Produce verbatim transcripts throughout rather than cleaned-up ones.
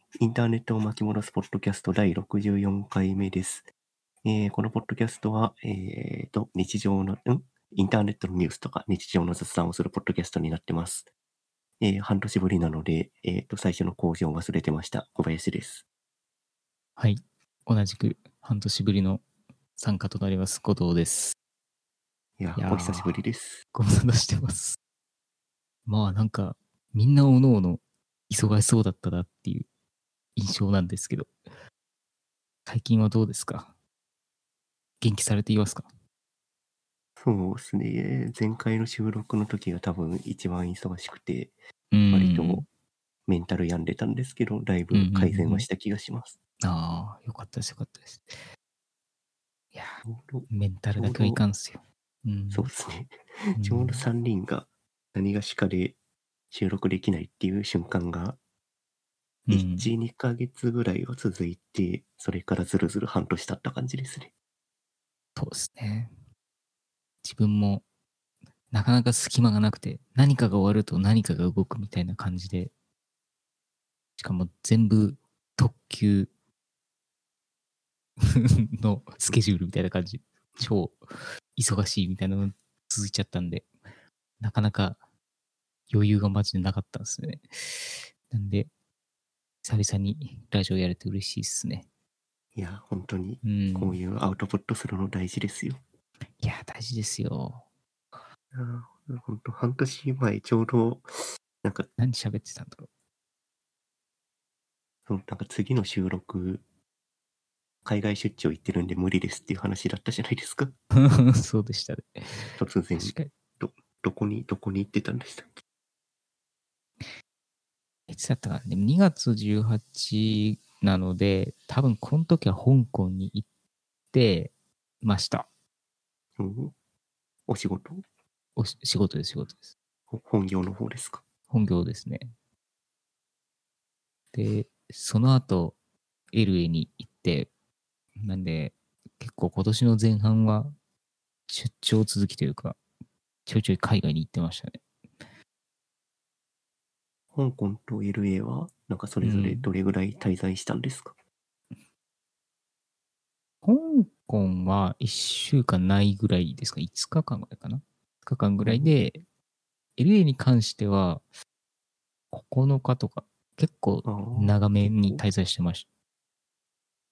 インターネットを巻き戻すポッドキャストだいろくじゅうよんかいめです。えーこのポッドキャストは、えーと、日常の、んインターネットのニュースとか日常の雑談をするポッドキャストになってます。えー半年ぶりなので、えーと、最初の更新を忘れてました。小林です。 はい。同じく半年ぶりの参加となります、後藤です。 いや、 いやーお久しぶりです。 ご無沙汰してます。まあなんか、みんなおのおの忙しそうだったなっていう印象なんですけど、最近はどうですか？元気されていますか？ そうですね。前回の収録の時が多分一番忙しくて、 うーん。 割とメンタル病んでたんですけど、だいぶ改善はした気がします。 ああ、よかったです、よかったです。いやちょうど、 ー、メンタルだけはいちょうどかんすよ。うん。 そうですね。 うんちょうどさんにんが何がしかで収録できないっていう瞬間がうん。 いち、にかげつぐらいは続いて、それからずるずる半年経った感じですね。 そうですね。自分もなかなか隙間がなくて、何かが終わると何かが動くみたいな感じで、しかも全部特急のスケジュールみたいな感じ。超忙しいみたいなの続いちゃったんで、なかなか余裕がマジでなかったんですよね。なんで、久々にラジオやれて嬉しいっすね。 いや、本当にうん。 こういうアウトプットするの大事ですよ。 いや、大事ですよ。 いや本当半年前ちょうど、なんか、 何喋ってたんだろそのなんか次の収録、海外出張行ってるんで無理ですっていう話だったじゃないですか。 う。そうでしたね。 突然、 確かに。 ど、どこに、どこに行ってたんでしたっけ？ いつだったかな。でもにがつじゅうはちなので、多分この時は香港に行ってました。 うん、お仕事おし仕事です、仕事です。 ほ本業の方ですか？ 本業ですね。で、その後、エルエー に行って、なんで、結構今年の前半は出張続きというか、ちょいちょい海外に行ってましたね。 香港と エルエー は、なんかそれぞれうん。 どれぐらい滞在したんですか？ 香港はいっしゅうかんないぐらいですか？ いつ 日間ぐらいかな？ いつ 日間ぐらいで、エルエー に関してはここのかとか、結構ああ、 長め結構、 に滞在してました。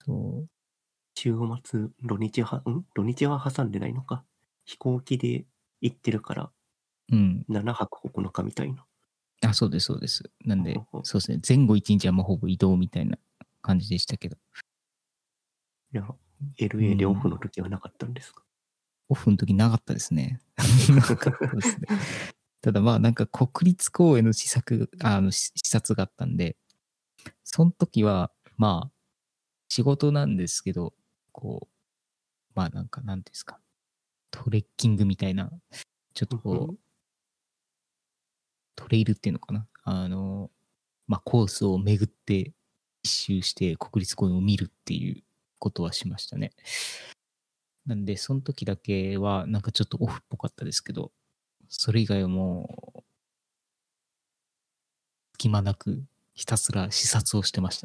そう。 週末、土日は、ん土日は挟んでないのか。飛行機で行ってるから、 うん。 ななはくここのかみたいな。 あ、そうです、そうです。なんで、 ほほほそうですね。前後いちにちはもうほぼ移動みたいな感じでしたけど。 いや、 うエルエー でオフん。 の時はなかったんですか？ オフの時なかったですね。なかったですね。ただまあなんか国立公園の視察、あの視視察があったんで、その時はまあ仕事なんですけど、こう、まあなんかなんていうんですか、トレッキングみたいな、ちょっとこう、トレイルっていうのかな。あの、まあコースを巡って一周して国立公園を見るっていうことはしましたね。なんで、その時だけはなんかちょっとオフっぽかったですけど、それ以外はもう、隙間なくひたすら視察をしてました。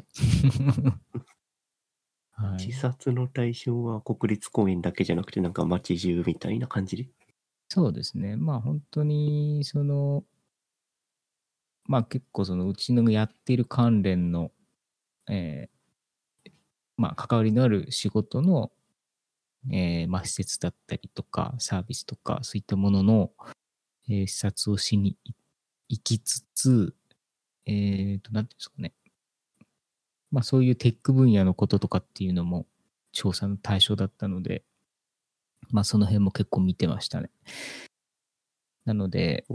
はい。 視察の対象は国立公園だけじゃなくて、なんか街中みたいな感じで。 そうですね。まあ本当に、その、まあ結構そのうちのやっている関連の、えーまあ関わりのある仕事の、えーまあ施設だったりとかサービスとかそういったものの、えー視察をしに行きつつ、えっと、なんていうんですかね。まあそういうテック分野のこととかっていうのも調査の対象だったので、まあその辺も結構見てましたね。なので、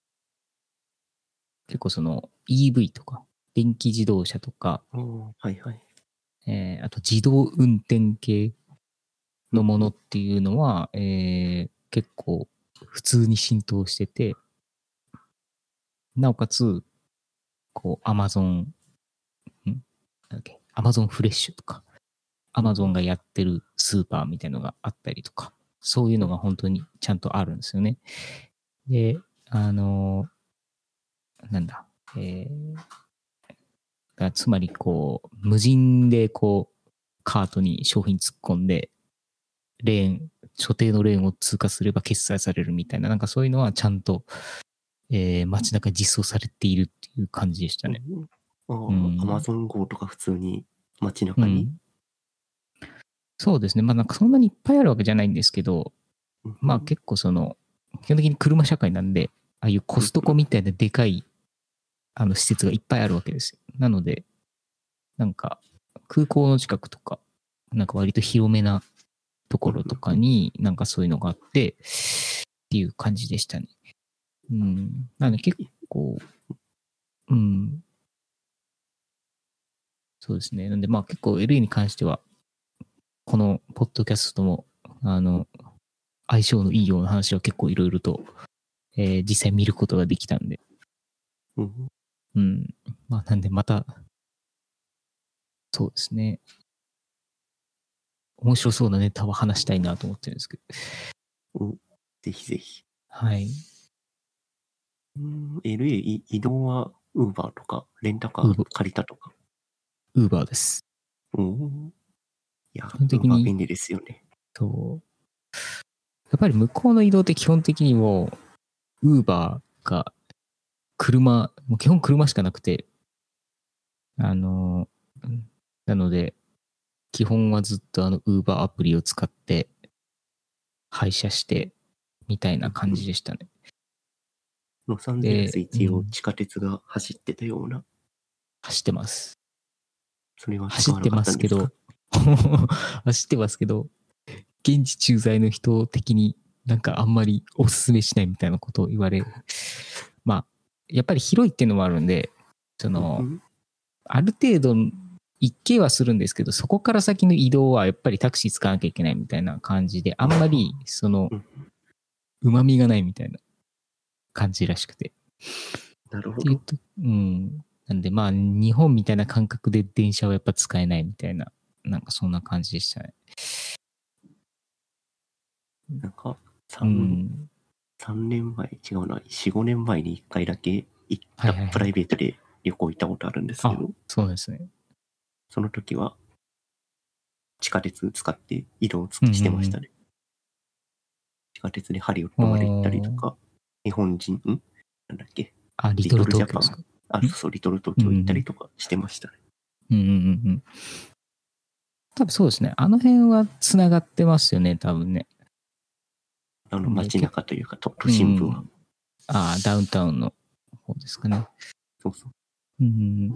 結構その イーブイ とか、電気自動車とか、 ああ、はいはい。 えーあと自動運転系のものっていうのは、えー結構普通に浸透してて、なおかつ、こう、アマゾン、んなんだっけ、アマゾンフレッシュとか、アマゾンがやってるスーパーみたいのがあったりとか、そういうのが本当にちゃんとあるんですよね。で、あの、なんだ、えー、 つまりこう、無人でこう、カートに商品突っ込んで、レーン、所定のレーンを通過すれば決済されるみたいな、なんかそういうのはちゃんと、えー、街中実装されているっていう感じでしたね。 うん、ああ、 うん、 アマゾン ゴー とか普通に街う中に。 ん。そうですね。まあなんかそんなにいっぱいあるわけじゃないんですけど、 うんまあ結構その、基本的に車社会なんで、ああいうコストコみたいなでかいあの施設がいっぱいあるわけですよ。なので、なんか空港の近くとか、なんか割と広めなところとかになんかそういうのがあってっていう感じでしたね。うん。なので結構、うん。そうですね。なんでまあ結構 エルエー に関しては、このポッドキャストも、あの、相性のいいような話は結構いろいろと、えー実際見ることができたんで。 うん、 うん。まあなんでまた、そうですね。面白そうなネタは話したいなと思ってるんですけど。 うん、ぜひぜひ。 はい。 うん、エルエー い移動は Uber とかレンタカーウーバー、 借りたとか。 ウーバーです。 おー、いや、 基本的 Uber に、 便利ですよね。 そう。やっぱり向こうの移動って基本的にもう、ウーバーが車、もう基本車しかなくて、あの、うんなので、基本はずっとあの、ウーバーアプリを使って配車してみたいな感じでしたね。 ロサンゼルスで、うん、 一応地下鉄が走ってたような、 走ってます。 それは使走ってわなかっますけど、 たんですか？ 走ってますけど、現地駐在の人的になんかあんまりおすすめしないみたいなことを言われ、まあ、やっぱり広いっていうのもあるんで、その、 うんある程度一計はするんですけど、そこから先の移動はやっぱりタクシー使わなきゃいけないみたいな感じで、あんまりそのうん、 旨味がないみたいな感じらしくて。 なるほど。 っていうと、うん。なんでまあ、日本みたいな感覚で電車はやっぱ使えないみたいな、なんかそんな感じでしたね。 なんかうさん、 ん。 さんねんまえ、違うな、よん、ごねんまえにいっかいだけ行ったプラはいはいはい。 イベートで旅行行ったことあるんですけあ、 ど、 そうですね。 その時は地下鉄使って移動つうんしてましたね。地下鉄でハリウッうんドまで行ったりうん。 とか、日本人、んなんだっけ、 あ、リリトルトルジャパン、 東京ですか。 あ、そうそう、リトル東京行ったりとかしてましたね。 うんうんうんうん。多分そうですね。あの辺は繋がってますよね、多分ね。 あので、 街結中というか、都都う心部は。 ん。ああ、ダウンタウンの方ですかね。 そうそう。 うん。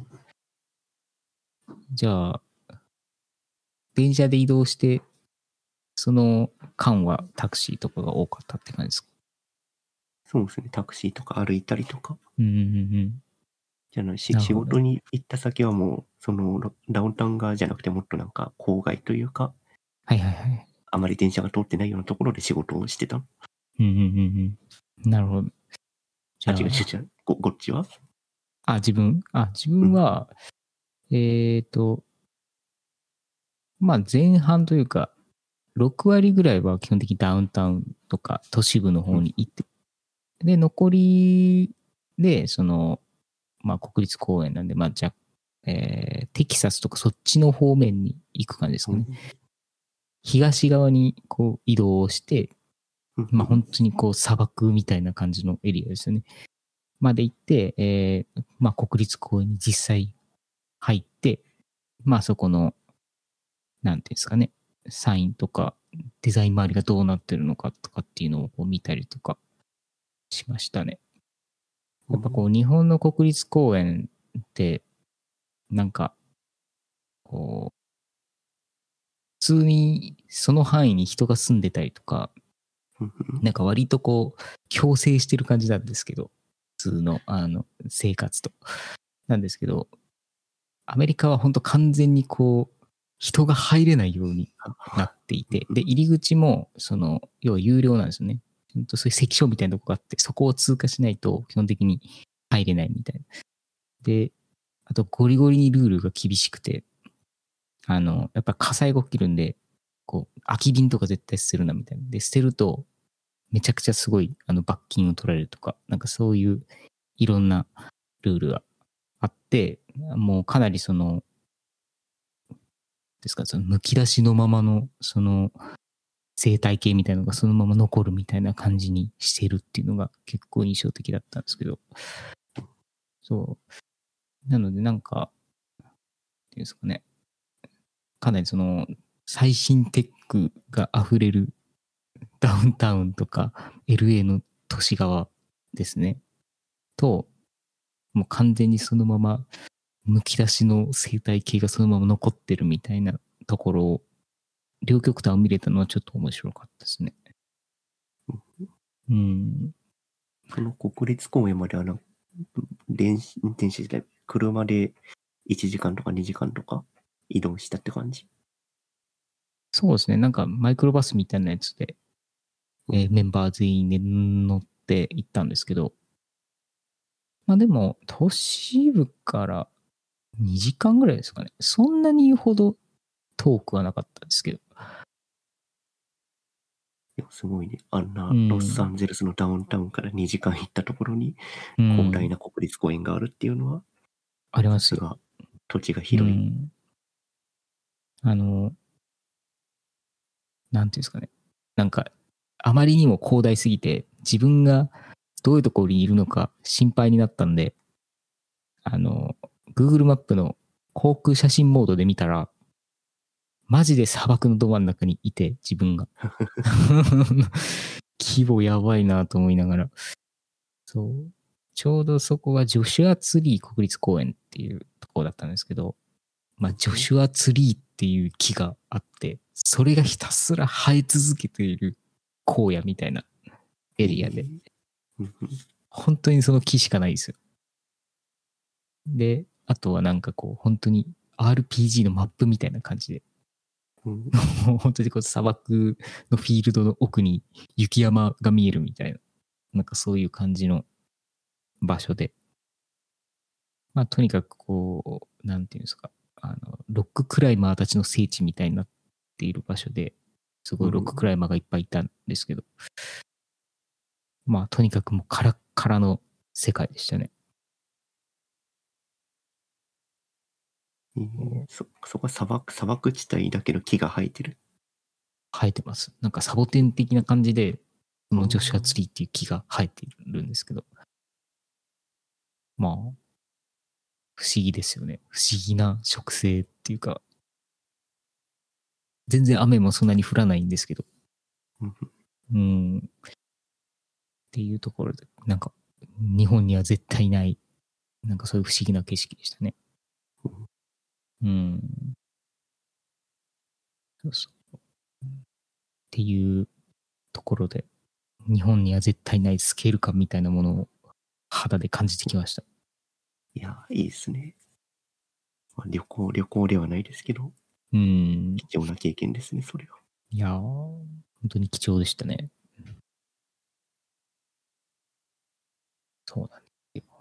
じゃあ、電車で移動して、その間はタクシーとかが多かったって感じですか。 そうですね。タクシーとか歩いたりとか。 うんうんうん。 じゃないし、仕なるほど。 事に行った先はもう、そのロダウンタウン側じゃなくてもっとなんか郊外というか、 はいはいはい。 あまり電車が通ってないようなところで仕事をしてた。 うんうんうんうん。なるほど。じあ、 ゃあ、 違う違う違う。ご、こっちはあ、自分あ、自うん。 分は、えっと、まあ前半というか、ろく割ぐらいは基本的にダウンタウンとか都市部のうん。 方に行って、で、残りで、その、まあ国立公園なんで、まあじゃ、えーテキサスとかそっちの方面に行く感じですかね。 うん。 東側にこう移動して、 うん。 まあ本当にこう砂漠みたいな感じのエリアですよね。まで行って、えーまあ国立公園に実際入って、まあそこの、なんていうんですかね、サインとかデザイン周りがどうなってるのかとかっていうのをこう見たりとかしましたね。やっぱこう日本の国立公園ってなんかこう普通にその範囲に人が住んでたりとか、 うんなんか割とこう共生してる感じなんですけど、普通のあの生活と。なんですけど、アメリカは本当完全にこう人が入れないようになっていて、で、入り口もその要は有料なんですよね。ほんとそういう関所みたいなとこがあって、そこを通過しないと基本的に入れないみたいな。で、あとゴリゴリにルールが厳しくて、あの、やっぱ火災が起きるんで、こう、空き瓶とか絶対捨てるなみたいな。で、捨てると、めちゃくちゃすごい、あの、罰金を取られるとか、なんかそういういろんなルールがあって、もうかなりその、ですか、そのむき出しのままの、その、生態系みたいなのがそのまま残るみたいな感じにしてるっていうのが結構印象的だったんですけど、そう。なのでなんか、っていうんですかね、かなりその、最新テックが溢れるダウンタウンとか エルエー の都市側ですね。と、もう完全にそのままむき出しの生態系がそのまま残ってるみたいなところを、両極端を見れたのはちょっと面白かったですね。うん。 その国立公園まではな、電子、運転手で車でいちじかんとかにじかんとか移動したって感じ。 そうですね。なんかマイクロバスみたいなやつで、えーメンバー全員で乗って行ったんですけど、まあでも、都市部からにじかんぐらいですかね。そんなに言うほど遠くはなかったですけど。 いや、すごいね。あんなうんロサンゼルスのダウンタウンからにじかん行ったところにうん広大な国立公園があるっていうのは、 ありますよ。 さすが土地がう広い。 ん。あの、なんていうんですかね。なんか、あまりにも広大すぎて、自分がどういうところにいるのか心配になったんで、あの、Google マップの航空写真モードで見たら、マジで砂漠のど真ん中にいて、自分が。規模やばいなと思いながら。そう。ちょうどそこがジョシュアツリー国立公園っていうところだったんですけど、まあ、ジョシュアツリーっていう木があって、それがひたすら生え続けている荒野みたいなエリアで、 うんうん本当にその木しかないですよ。で、あとはなんかこう、本当に アールピージー のマップみたいな感じで、 うん本当にこう砂漠のフィールドの奥に雪山が見えるみたいな、なんかそういう感じの場所で、まあとにかくこう、なんていうんですか、あの、ロッククライマーたちの聖地みたいになっている場所で、すごいロッククライマーがいっぱいいたんですけど、まあとにかくもうカラッカラの世界でしたね。 えーそ、そこは砂漠、砂漠地帯だけど木が生えてる。 生えてます。なんかサボテン的な感じで、そのジョシュアツリーっていう木が生えてるんですけど、まあ、不思議ですよね。不思議な植生っていうか、全然雨もそんなに降らないんですけど、 うんうん、っていうところで、なんか、日本には絶対ない、なんかそういう不思議な景色でしたね。うん。そうそう。っていうところで、日本には絶対ないスケール感みたいなものを肌で感じてきました。 いや、いいですね。まあ、旅行、旅行ではないですけど、 うん。 貴重な経験ですね、それは。 いやー、本当に貴重でしたね。そうなんですよ。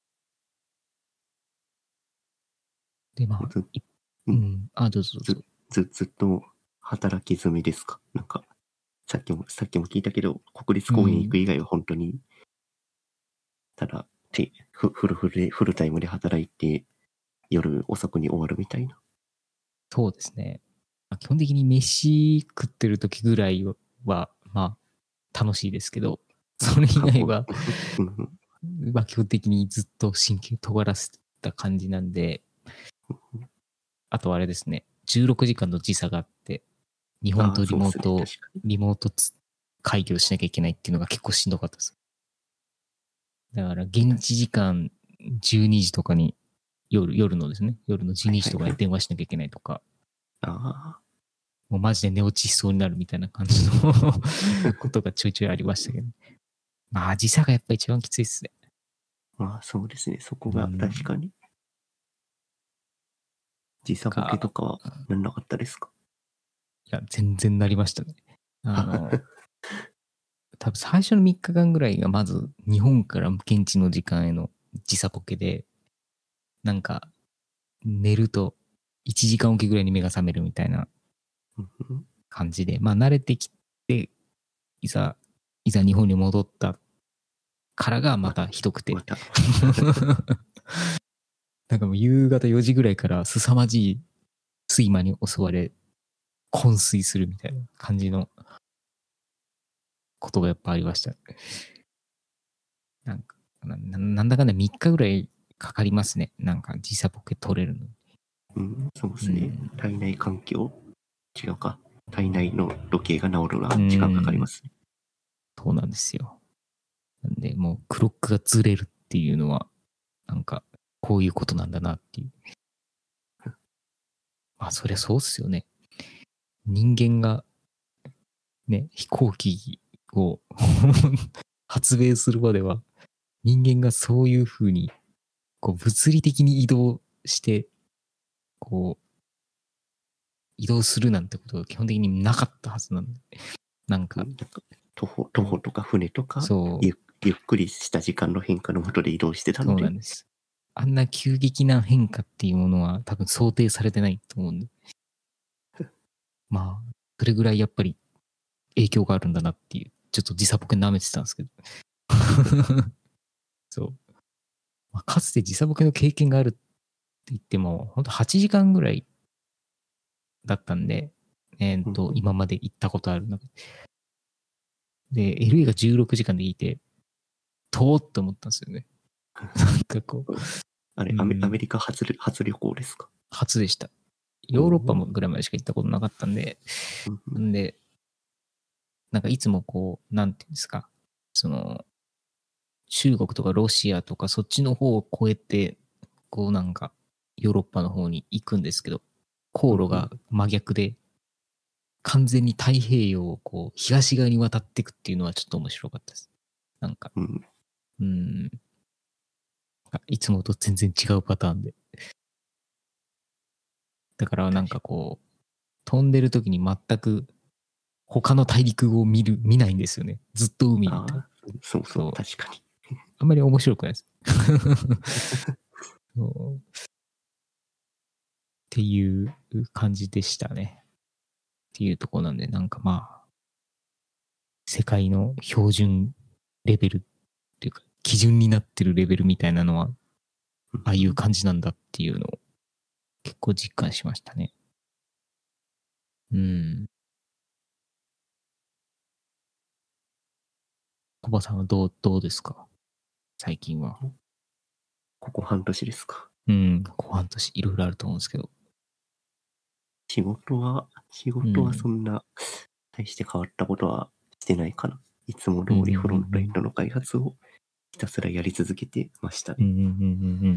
で、まあ、 ずいううんん。あ、どうぞどうぞ。 ず、ずずっと働き詰めですか？なんか、さっきも、さっきも聞いたけど、国立公園行く以外は本当に、ただ、てフフルフルで、フルタイムで働いて、夜遅くに終わるみたいな。 そうですね。まあ基本的に飯食ってる時ぐらいは、まあ、楽しいですけど、それ以外は、 うんうんまあ、基本的にずっと神経尖らせた感じなんで、あとあれですね、じゅうろくじかんの時差があって、日本ああ、 とリそうですね、 モート、 確かに。 リモートつ会議をしなきゃいけないっていうのが結構しんどかったです。だから、現地時間じゅうにじとかに、夜、夜のですね、夜のじゅうにじとかに電話しなきゃいけないとか、 ああ、 もうマジで寝落ちしそうになるみたいな感じのことがちょいちょいありましたけど。まあ、時差がやっぱ一番きついっすね。 まあそうですね、そこが確かに。時差ボケとかはなんなかったですか？ いや、全然なりましたね。あの、多分最初のみっかかんぐらいがまず日本から現地の時間への時差ボケで、なんか寝るといちじかんおきぐらいに目が覚めるみたいなうんうん感じで、まあ慣れてきて、いざ、いざ日本に戻ったからがまたひどくて。 また。 なんかもう夕方よじぐらいから凄まじい睡魔に襲われ、昏睡するみたいな感じのことがやっぱありました。なんか、ななんだかんだみっかぐらいかかりますね。なんか時差ボケ取れるの。 うん、そうですね。 うん、 体内環境違うか。体内の時計が治るのは時間かかりますね。 そうなんですよ。なんで、もうクロックがずれるっていうのは、なんか、こういうことなんだなっていう。まあ、そりゃそうっすよね。人間が、ね、飛行機を発明するまでは、人間がそういうふうに、こう、物理的に移動して、こう、移動するなんてことが基本的になかったはずなんで。なんか、 うん、なんか徒歩徒歩とか船とかそうゆ、ゆっくりした時間の変化のもとで移動してたそので。 うなんです。あんな急激な変化っていうものは多分想定されてないと思うんで。まあ、それぐらいやっぱり影響があるんだなっていう、ちょっと時差ボケ舐めてたんですけど。そう。まあ、かつて時差ボケの経験があるって言っても、ほんとはちじかんぐらいだったんで、えーっと、 うん、 今まで行ったことある中で。で、エルエー がじゅうろくじかんでいて、とーって思ったんですよね。なんかこう。 あれ、 うん、 アメアメリカ初初旅行ですか？ 初でした。ヨーロッパもぐらいまでしか行ったことなかったんで、 うん、 んで、なんかいつもこう、なんていうんですか、その、中国とかロシアとかそっちの方を越えて、こうなんか、ヨーロッパの方に行くんですけど、航路が真逆で、完全に太平洋をこう、東側に渡っていくっていうのはちょっと面白かったです。なんか、 うん、 うーん、いつもと全然違うパターンで。だからなんかこう、飛んでる時に全く他の大陸を見る、見ないんですよね。ずっと海みたいな。 ああ、そうそう、 そう。 確かに。 あんまり面白くないです。そうっていう感じでしたね。っていうところなんで、なんかまあ、世界の標準レベルっていうか、基準になってるレベルみたいなのは、ああいう感じなんだっていうのを結構実感しましたね。うん。コバさんはどう、どうですか最近は。 ここ半年ですか。 うん。ここ半年いろいろあると思うんですけど。 仕事は、仕事はそんな、大して変わったことはしてないかな。いつも通りフロントエンドの開発をひたすらやり続けてましたね。 うんうんうんうんうん。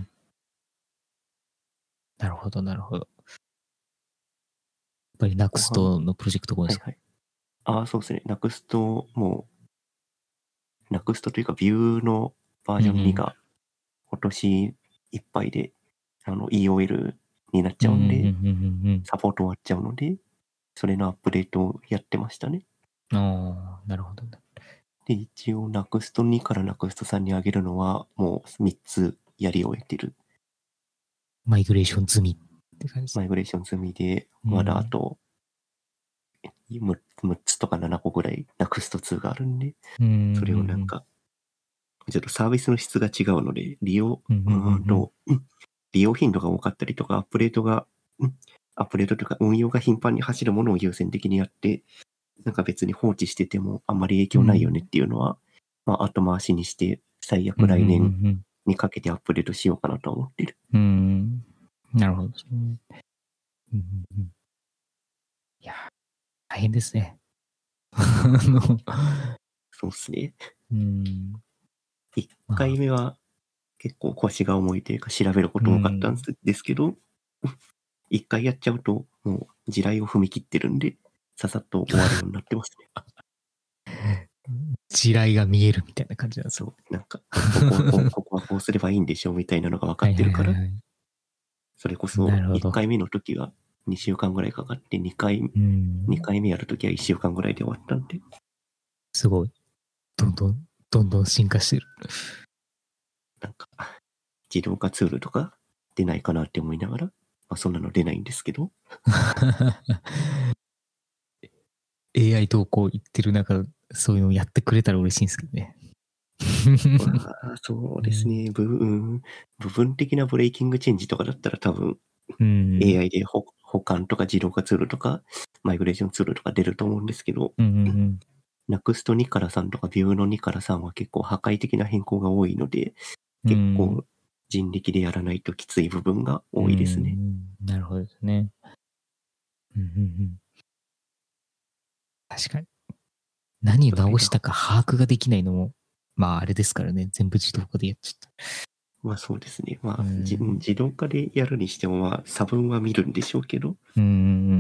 なるほど、なるほど。やっぱり Next のプロジェクト後ですか？ はいはい。ああ、そうですね。Next もう、Next というか Vue のバージョンにが今年いっぱいで、あの イーオーエル になっちゃうんで、サポート終わっちゃうので、それのアップデートをやってましたね。 ああ、なるほどね。 で、一応 ネクストツー から ネクストスリー に上げるのは、もうみっつやり終えてる。 マイグレーション済みって感じです。 マイグレーション済みで、まだあとむっつとかななこぐらい ネクストツー があるんで、それをなんか、ちょっとサービスの質が違うので、利用、うんと、利用頻度が多かったりとか、アップデートが、アップデートというか運用が頻繁に走るものを優先的にやって、なんか別に放置しててもあんまり影響ないよねっていうのは、まあ後回しにして、最悪来年にかけてアップデートしようかなと思ってる。 うん。なるほどですね。うんうんうん、いや、大変ですね。 そうっすね。 うん。 いっかいめは結構腰が重いというか調べること多かったんですけど、いっかいやっちゃうともう地雷を踏み切ってるんで、ささっと終わるようになってますね。地雷が見えるみたいな感じなんですそう、なんか、ここここはこうすればいいんでしょうみたいなのが分かってるから、それこそいっかいめの時はにしゅうかんぐらいかかって、にかい、にかいめやるときはいっしゅうかんぐらいで終わったんで。 すごい。どんどん、どんどん進化してる。 なんか、自動化ツールとか出ないかなって思いながら、まあそんなの出ないんですけど。 エーアイ 投稿言ってる中、そういうのをやってくれたら嬉しいんですけどね。 まあ、そうですね。部分、部分的なブレイキングチェンジとかだったら多分、 うん。 エーアイ で保保管とか自動化ツールとか、マイグレーションツールとか出ると思うんですけど、 うんうんうん。 ナクストにからさんとかビューのにからさんは結構破壊的な変更が多いので、 う結ん構人力でやらないときつい部分が多いですね。 うん。なるほどですね。うんうんうん。確かに。何をそれが、 直したか把握ができないのも、まああれですからね。全部自動化でやっちゃった。 まあそうですね。まうあ、じん。 自動化でやるにしても、まあ差分は見るんでしょうけど、 うんうんうんうん。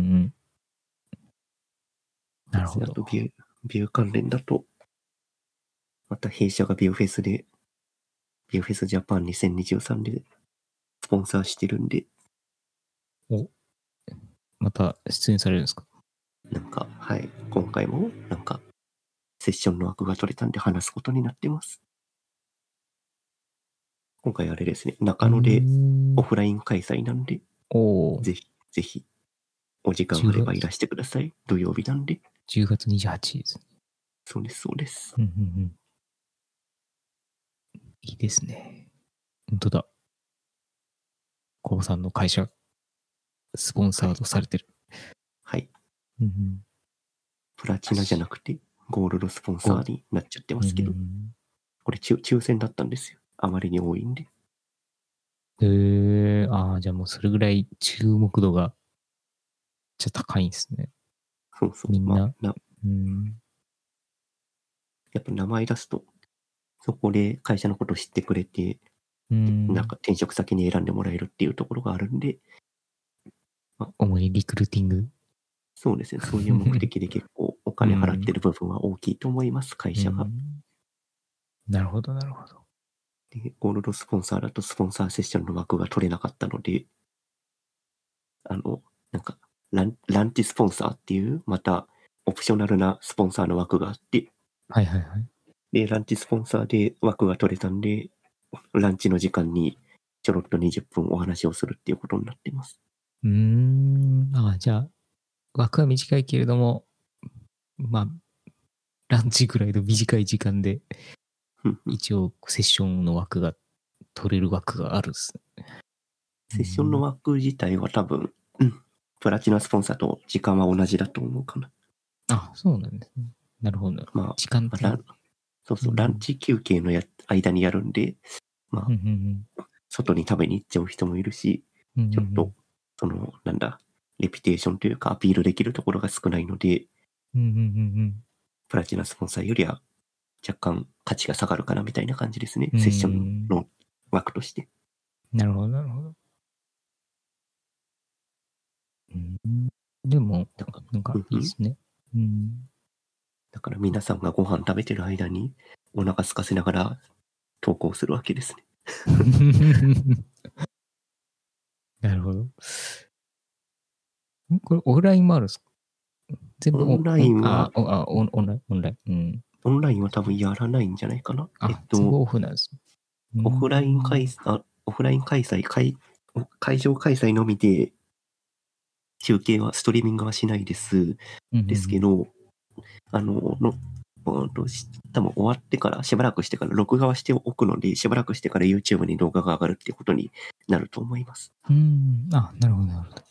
なるほど。 あとビュー、ビュー関連だと、また弊社がビューフェスで、ビューフェスジャパンにせんにじゅうさんでスポンサーしてるんで、 お、また出演されるんですか？ なんか、はい、今回もなんかセッションの枠が取れたんで話すことになってます。今回あれですね、中野でオフライン開催なんで、 おー、 ぜひ、ぜひ、お時間あればいらしてください。土曜日なんで。 じゅうがつにじゅうはちにちですね。 そうです、そうです。 うんうんうん。いいですね。本当だ。コバさんの会社、スポンサードされてる。 はい。 うんうん、 プラチナじゃなくて、ゴールドスポンサーになっちゃってますけど、 うんうんこれ抽抽選だったんですよ。あまりに多いんで。 うん、へえー、ああ、じゃあもうそれぐらい注目度がちょっと高いんですね。 そうそう。 みんな。 まあ、な、 うん、 やっぱ名前出すと、そこで会社のことを知ってくれて、 うん、 なんか転職先に選んでもらえるっていうところがあるんで、まあ、 主にリクルーティング。 そうですね。そういう目的で結構お金払ってる部分は大きいと思います、会社が。 うん、なるほど、なるほど。 で、ゴールドスポンサーだとスポンサーセッションの枠が取れなかったので、あの、なんかラン、ランチスポンサーっていう、またオプショナルなスポンサーの枠があって、 はいはいはい。 で、ランチスポンサーで枠が取れたんで、ランチの時間にちょろっとにじゅっぷんお話をするっていうことになってます。 うーん、ああ、じゃあ、枠は短いけれども、まあ、ランチぐらいの短い時間で、一応セッションの枠が取れる枠があるっすね。 セッションの枠自体は多分、うん、プラチナスポンサーと時間は同じだと思うかな。 あ、そうなんですね。なるほど。 まあ、 時間帯。 まあランそうそう、 うんランチ休憩のや間にやるんで、まうんうあ、 ん外に食べに行っちゃう人もいるし、 うんうんちょっと、その、なんだ、レピュテーションというかアピールできるところが少ないので、 うんうんうんうんプラチナスポンサーよりは若干価値が下がるかなみたいな感じですね。 うんセッションの枠として。 なるほど、なるほど。うんでも、 だから、 なんかうんうん、 いいですね。うんだから皆さんがご飯食べてる間にお腹空かせながら投稿するわけですね。 なるほど。んこれオフラインもあるんですか？全部オン、 オンラオン、 インは、 あ、オンあオンオンライン、オンライン。うん。 オンラインは多分やらないんじゃないかな。えっあ、全部と、 オフなんですね。うオフライン開ん。 催、オフライン開催、会会場開催のみで、中継は、ストリーミングはしないです。 うんうんですけど、あの、の、うんと多分終わってから、しばらくしてから、録画はしておくので、しばらくしてから YouTube に動画が上がるっていうことになると思います。 うん。うんあ、なるほど、なるほど。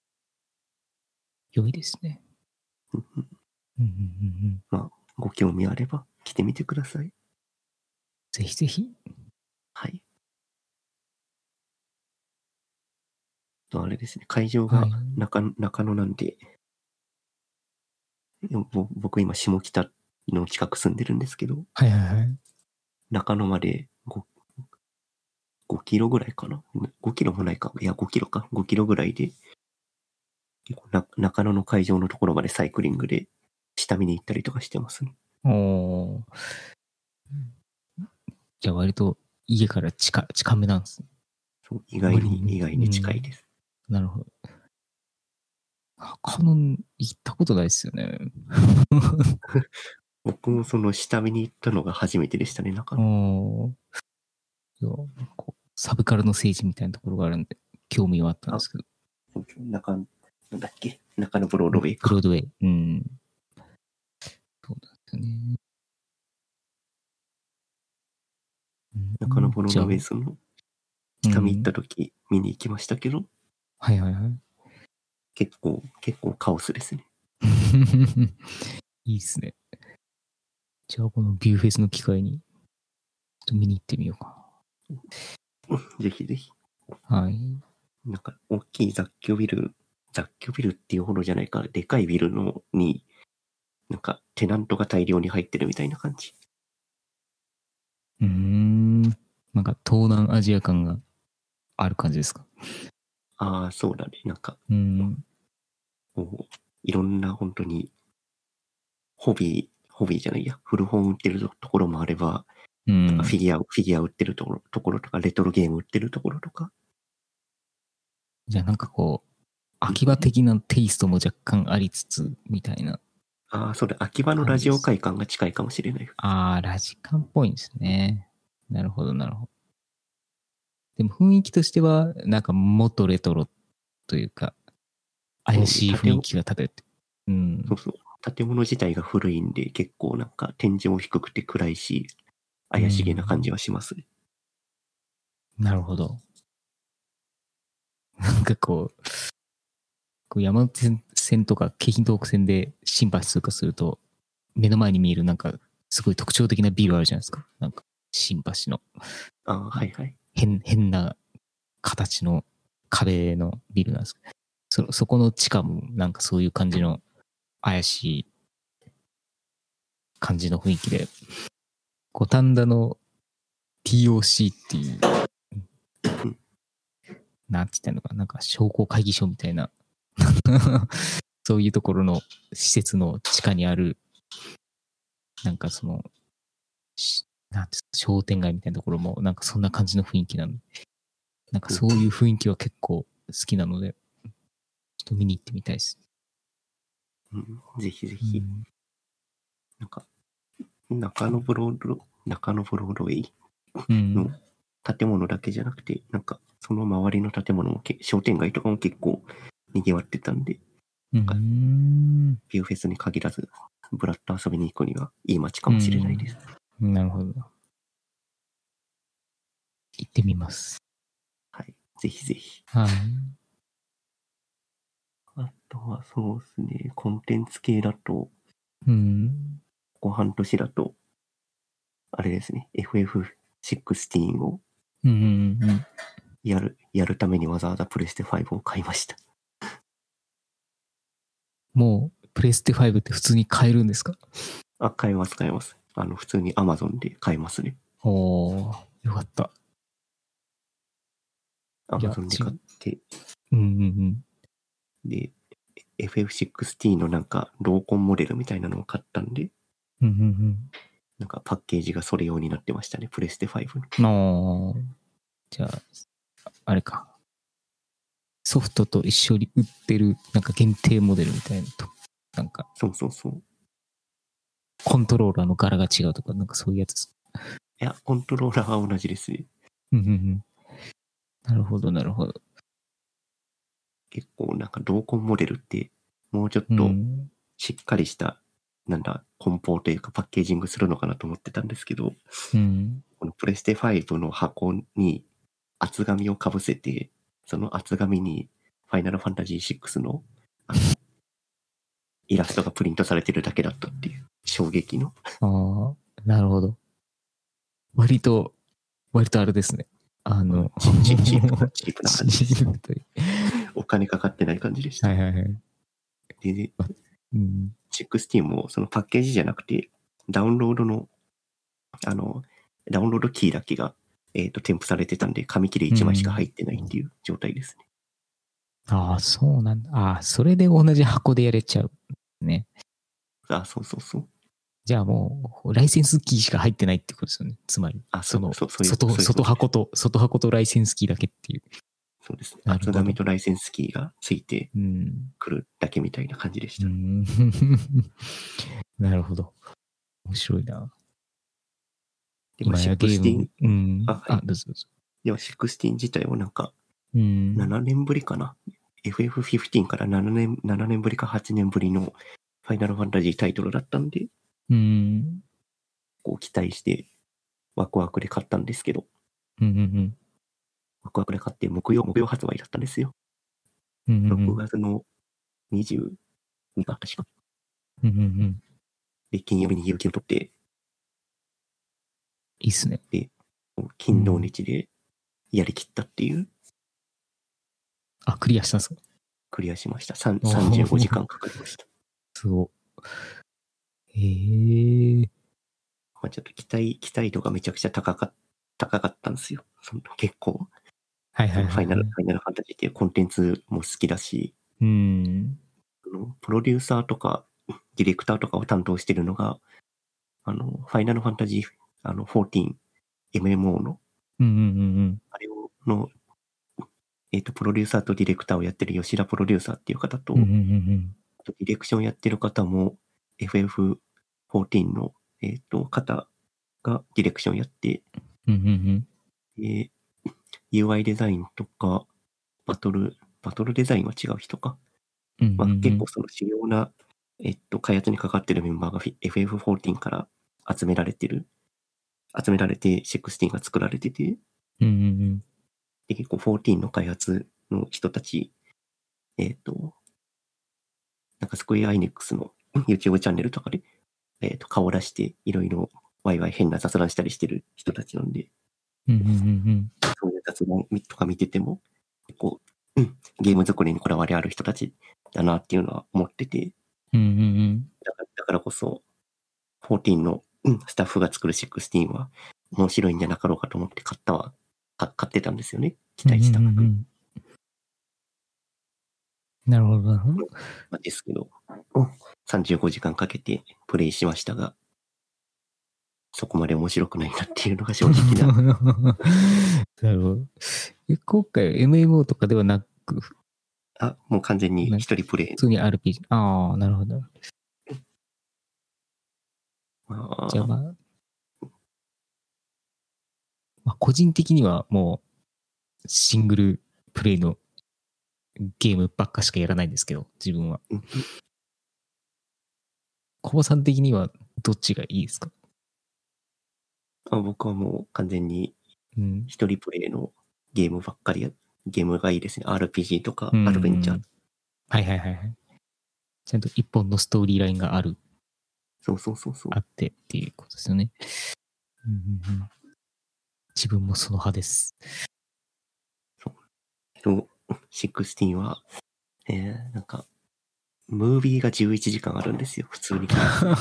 良いですね。 うんうん、 うんうんうんうん。 まあ、ご興味あれば来てみてください。 ぜひぜひ。 はい。とあれですね、会場がはい。 中中野なんで、ぼ僕今下北の近く住んでるんですけど、 はいはいはい。 中野まで 5, ごキロぐらいかな ?ご キロもないか。いや、ごキロか。ごキロぐらいで、結構な中野の会場のところまでサイクリングで下見に行ったりとかしてますね。 おー。じゃあ割と家から近近めなんですね。 そう意外に、意外に近いです。 うん、なるほど。中野行ったことないですよね。 僕もその下見に行ったのが初めてでしたね、中野。 おーいやこうサブカルの政治みたいなところがあるんで、興味はあったんですけど。 そう中、なんだっけ中野ブロードウェイか。 ブロードウェイ。うん。そうなんですよね。 中野ボロじゃあノベースの北見行った時見に行きましたけど、 はいはいはい。 結構、結構カオスですね。 いいっすね。じゃあこのビューフェスの機会に、ちょっと見に行ってみようかぜひぜひ。 な。はい。 なんか、大きい雑居ビル、雑居ビルっていうほどじゃないか、でかいビルのに、なんか、テナントが大量に入ってるみたいな感じ。 うーん。なんか東南アジア感がある感じですか。 ああ、そうだね。なんか、 うん。 こういろんな本当に、ホビー、ホビーじゃないや、古本売ってるところもあれば、 うなんかん。 フィギュア、フィギュア売ってるところところとか、レトロゲーム売ってるところとか。 じゃあなんかこう、秋葉的なテイストも若干ありつつ、みたいな。 ああ、それ、秋葉のラジオ会館が近いかもしれない。 ああ、ラジカンっぽいんですね。なるほど、なるほど。でも雰囲気としては、なんか元レトロというか、怪しい雰囲気が漂って。うん。 そうそう。建物自体が古いんで、結構なんか天井低くて暗いし、怪しげな感じはしますね。 なるほど。なんかこう、こう山手線とか京浜東北線で新橋通過すると、目の前に見えるなんか、すごい特徴的なビルあるじゃないですか。なんか、新橋の。 ああ、はいはい。 変、変な形の壁のビルなんですけど、そ、そこの地下もなんかそういう感じの怪しい感じの雰囲気で、五反田の ティーオーシー っていう、なんて言ったのかな、なんか商工会議所みたいな、そういうところの施設の地下にある、なんかその、なんて商店街みたいなところも、なんかそんな感じの雰囲気なの。なんかそういう雰囲気は結構好きなので、ちょっと見に行ってみたいです。 うん、ぜひぜひ。 うん、 なんか、中野ブロード、中野ブロードウェイの建物だけじゃなくて、なんか、その周りの建物もけ、商店街とかも結構賑わってたんで、 うん、 ビューフェスに限らず、ブラッド遊びに行くにはいい街かもしれないです。 うん、なるほど。行ってみます。 はい。ぜひぜひ。 はい。 あとはそうですね、コンテンツ系だと、 うん。 ここ半年だと、あれですね、エフエフじゅうろく をうんうんうん。 やる、やるためにわざわざプレステファイブを買いました。 もう、プレステファイブって普通に買えるんですか？ あ、買えます、買えます。あの、普通に Amazon で買えますね。 おー、よかった。 Amazon で買って、 うんうんうん。 で、エフエフじゅうろく のなんか、ローコンモデルみたいなのを買ったんで、 うんうんうん。 なんかパッケージがそれ用になってましたね、プレステファイブの。 あー、じゃあ、あれか。ソフトと一緒に売ってる、なんか限定モデルみたいなと、なんか、 そうそうそう。 コントローラーの柄が違うとか、なんかそういうやつです。 いや、コントローラーは同じですね。 うんうんうん。なるほど、なるほど。 結構なんかローコンモデルって、もうちょっうとん。 しっかりした、なんだ、梱包というかパッケージングするのかなと思ってたんですけど、 うん。 このプレステファイブの箱に厚紙をかぶせて、その厚紙にファイナルファンタジーシックスのあのイラストがプリントされてるだけだったっていう衝撃の。 ああ、なるほど。割と、割とあれですね。あの、 チチチープな、チープな感じです。 チープというお金かかってない感じでした。 はいはいはい。 で、 うん。 じゅうろくもそのパッケージじゃなくて、ダウンロードの、あの、ダウンロードキーだけが、えっ、と、添付されてたんで、紙切れいちまいしか入ってないっていう状態ですね。 ああ、そうなんだ。ああ、それで同じ箱でやれちゃう。ね。 あ、そうそうそう。 じゃあもう、ライセンスキーしか入ってないってことですよね。つまり、 あ、そそうの、 そう、そういう、 外、 そういう外箱と、外箱とライセンスキーだけっていう。 そうですね。 なるほど厚紙とライセンスキーがついてうん。 くるだけみたいな感じでしうた。 ん。なるほど。面白いな。 でも、 今やゲーム、 じゅうろく、 うん。 あ、はあ、 い。 どうぞどうぞ。 でも、じゅうろく自体はなんか、 うん。 ななねんぶりかな。エフエフじゅうご からななねん、ななねんぶりかはちねんぶりのファイナルファンタジータイトルだったんで、 うん。 こう期待してワクワクで買ったんですけど、 うんうんうん。 ワクワクで買って木曜、木曜発売だったんですよ。 うんうんうん。 ろくがつのにじゅうにか、確か。 うんうんうん。 で、金曜日に有給取って、 いいっすね。 で、金土日でやりきったっていう、 あ、クリアしたんですか？ クリアしました。さんおーさんじゅうごじかんかかりました。 すごい。へえ。 まあ、ちょっと期待、期待度がめちゃくちゃ高か高かったんですよ。その結構、 はいはいはい、 そのファイナル、 はい。 ファイナルファンタジーっていうコンテンツも好きだし、 うん。 あのプロデューサーとか、ディレクターとかを担当してるのが、あの、ファイナルファンタジー、あの、じゅうよん、エムエムオー の、 うんうんうんうん。 あれを、の、えっ、と、プロデューサーとディレクターをやってる吉田プロデューサーっていう方と、 うんうんうんあとディレクションやってる方も エフエフじゅうよん の、えっ、と、方がディレクションやって、 うん。うんうんで、ユーアイ デザインとか、バトル、バトルデザインは違う人か。 うん。 まあ、 うんうんうん。 結構その主要な、えっと、開発にかかってるメンバーが エフエフじゅうよん から集められてる、集められてじゅうろくが作られてて、 うんうんうん。 で結構じゅうよんの開発の人たち、えっと、なんかスクエアイネックスの YouTube チャンネルとかで、えっと、顔を出していろいろワイワイ変な雑談したりしてる人たちなんで、 うんうんうんうん。 そういう雑談とか見てても、結構、うん、ゲーム作りにこだわりある人たちだなっていうのは思ってて、 うんうんうん。 だからだからこそ、じゅうよんの、うん、スタッフが作るじゅうろくは面白いんじゃなかろうかと思って買ったわ、か買ってたんですよね。期待したく。 うんうんうんうん。なるほど、なるほど。 まあ、ですけど、うんさんじゅうごじかんかけてプレイしましたが、そこまで面白くないなっていうのが正直な。 なるほど。え、今回 エムエムオー とかではなく、 あ、もう完全にな一人プレイ。 普通に アールピージー。ああ、なるほど。 まあ、 じゃあまあ、まあ、個人的にはもうシングルプレイのゲームばっかしかやらないんですけど、自分は。 うんコバさん的にはどっちがいいですか？ あ僕はもう完全にうん。 一人プレイのゲームばっかりや、ゲームがいいですね。アールピージー とかうんアドベンチャー。 はいはいはいはい。ちゃんと一本のストーリーラインがある、 そうそうそうそうあ。ってっていうことですよね。うんうんうん、自分もその派です。 と、じゅうろくは、えー、なんか、ムービーがじゅういちじかんあるんですよ。普通に。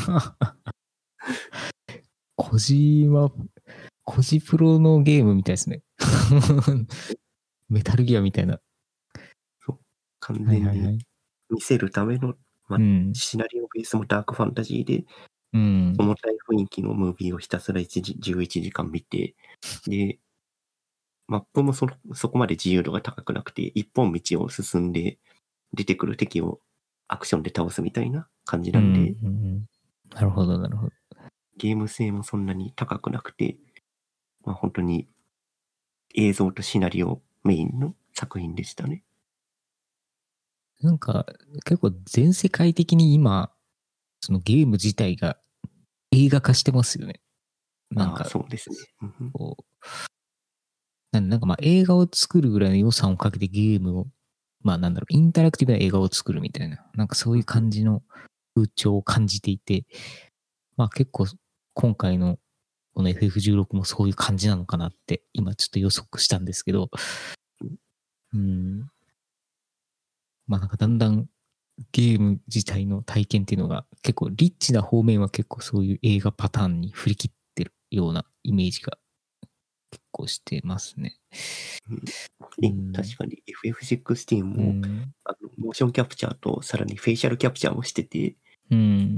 コジは、コジプロのゲームみたいですね。メタルギアみたいな。 そう完はい全にはいはい。 見せるための、まあうん。 シナリオベースもダークファンタジーで、 うん。 重たい雰囲気のムービーをひたすらいちじじゅういちじかん見て、で、マップもそそこまで自由度が高くなくて、一本道を進んで、出てくる敵をアクションで倒すみたいな感じなんで、 うんうんうん、なるほど、なるほど。 ゲーム性もそんなに高くなくて、まあ、本当に映像とシナリオメインの作品でしたね。 なんか、結構全世界的に今、そのゲーム自体が映画化してますよね。なんああ、 か、 そうですね。うんこう、なんなんかまあ映画を作るぐらいの予算をかけてゲームを、まあなんだろう、インタラクティブな映画を作るみたいな、なんかそういう感じの風潮を感じていて、まあ結構今回のこの エフエフじゅうろく もそういう感じなのかなって今ちょっと予測したんですけど、うん。まあなんかだんだんゲーム自体の体験っていうのが結構リッチな方面は結構そういう映画パターンに振り切ってるようなイメージが結構してますね。 うん、確かに エフエフじゅうろく も、 うん、 あのモーションキャプチャーとさらにフェイシャルキャプチャーもしてて、 うん、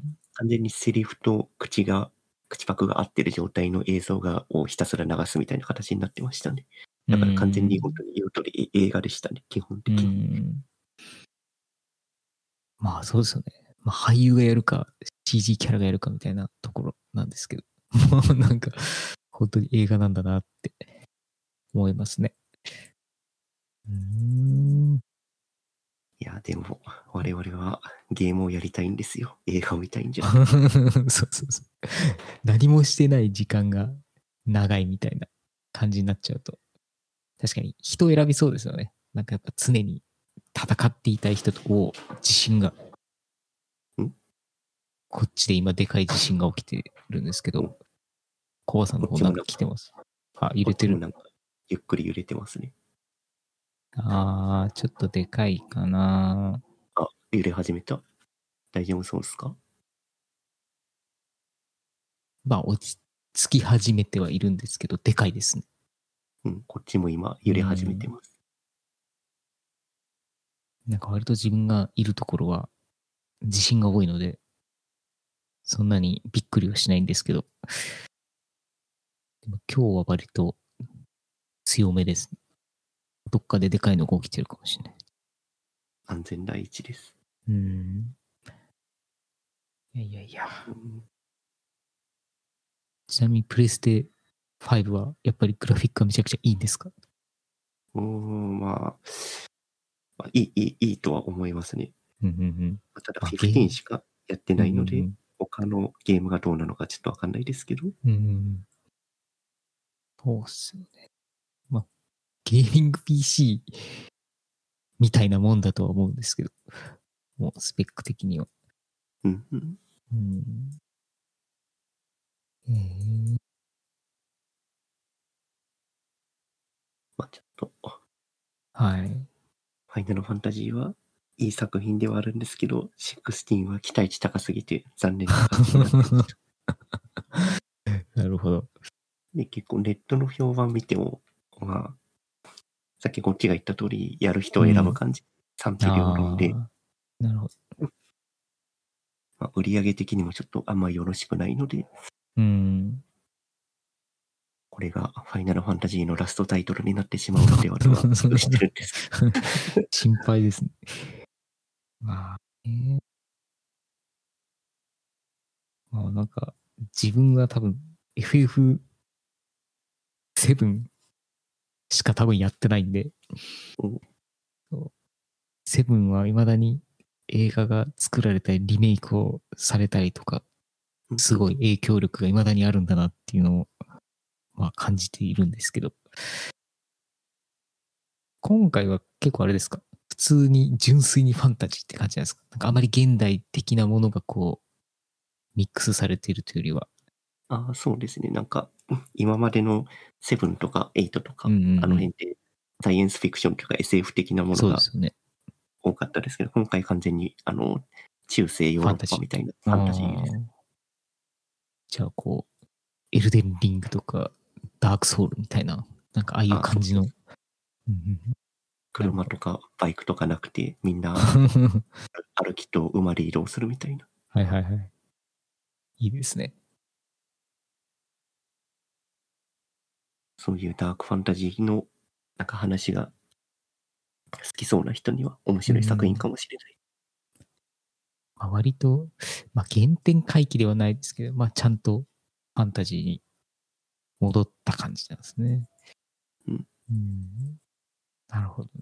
完全にセリフと口が、口パクが合ってる状態の映像がをひたすら流すみたいな形になってましたね。だから完全に本当に言う通り映画でしたね、基本的に。 うん、まあそうですよね。まあ俳優がやるか シージー キャラがやるかみたいなところなんですけど、もうなんか本当に映画なんだなって思いますね。うーん。 いや、でも、我々はゲームをやりたいんですよ。映画を見たいんじゃ。 そうそうそう。何もしてない時間が長いみたいな感じになっちゃうと、確かに人を選びそうですよね。なんかやっぱ常に戦っていたい人と、お地震が、 んこっちで今でかい地震が起きてるんですけうんど、コバさんの方なんか来てます。あ、揺れてる。 なんかゆっくり揺れてますね。 あー、ちょっとでかいかな。 あ、揺れ始めた。大丈夫そうですか？ まあ、落ち着き始めてはいるんですけど、でかいですね。 うん、こっちも今揺れ始めてます。 なんか割と自分がいるところは地震が多いので、そんなにびっくりはしないんですけど、でも今日は割と強めですね。どっかででかいのが起きてるかもしれない。 安全第一です。 うん。いやいやいや。 うん、 ちなみにプレステファイブはやっぱりグラフィックがめちゃくちゃいいんですか？ うーん、まあ、まあ、いい、いい、いいとは思いますね。 うんうんうん。 ただ、 まあ、 じゅうごしかやってないので、 うんうん他のゲームがどうなのかちょっとわかんないですけど。 うん。うんうんうんそうっすよね。まあ、ゲーミング ピーシー みたいなもんだとは思うんですけど、もうスペック的には。 うんうん。 うん。えー、 まあ、ちょっと、 はい。 ファイナルファンタジーはいい作品ではあるんですけど、じゅうろくは期待値高すぎて残念な感じになってました。 なるほど。 で、結構ネットの評判見ても、まあ、さっきこっちが言った通り、やる人を選ぶ感じ。賛否両論で、 ああ、なるほど。 まあ、売り上げ的にもちょっとあんまよろしくないので、 うん。 これがファイナルファンタジーのラストタイトルになってしまうのではとは危惧してるんですけど。 心配ですね。まあ、えー、まあなんか、自分は多分 エフエフセブン しか多分やってないんで、 うんセブンは未だに映画が作られたりリメイクをされたりとか、すごい影響力が未だにあるんだなっていうのを、まあ、感じているんですけど、今回は結構あれですか？普通に純粋にファンタジーって感じなんですか？なんかあまり現代的なものがこう、ミックスされているというよりは。 ああ、そうですね。なんか、今までのセブンとかエイトとか、 うんうんうん、 あの辺でサイエンスフィクションとか エスエフ 的なものがそうですよね。 多かったですけど、今回完全にあの中世ヨーロッパみたいなファンタジーです。 じゃあこう、エルデンリングとかダークソウルみたいな、なんかああいう感じの。うんうん、 車とかバイクとかなくて、みんな歩きと馬で移動するみたいな。 はいはいはい。いいですね。 そういうダークファンタジーのなんか話が好きそうな人には面白い作品かもしれない。 まあ、割と、まあ、原点回帰ではないですけど、まあ、ちゃんとファンタジーに戻った感じなんですね。 うん。 うん、なるほど。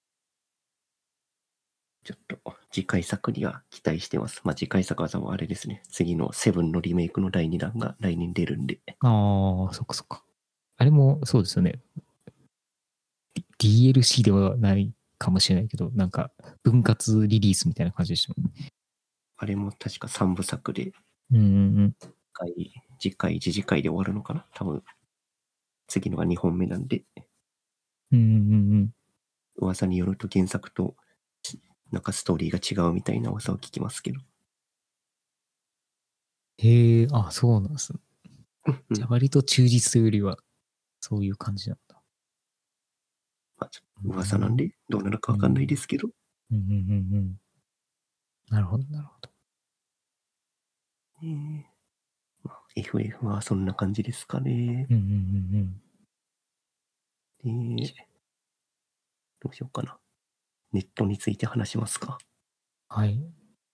ちょっと次回作には期待してます。まあ次回作は多分あれですね。次のセブンのリメイクのだいにだんが来年出るんで。 ああ、そっかそっか。あれもそうですよね。ディーエルシー ではないかもしれないけど、なんか分割リリースみたいな感じでしたもんね。 あれも確かさんぶさくで、 うんうんうん。 次回、次次回で終わるのかな多分。次のがにほんめなんで。 うんうんうん。 噂によると原作となんかストーリーが違うみたいな噂を聞きますけど。 へえ、あ、そうなんですね。 うん、 じゃあ割と忠実というよりは、そういう感じなんだ。 まあ、ちょっと噂なんで、どうなるかわかんないですけど。 うんうんうんうん。なるほど、なるほど。 えーまあ、エフエフ はそんな感じですかね。 うんうんうんえー、どうしようかな。ネットについて話しますか。 はい。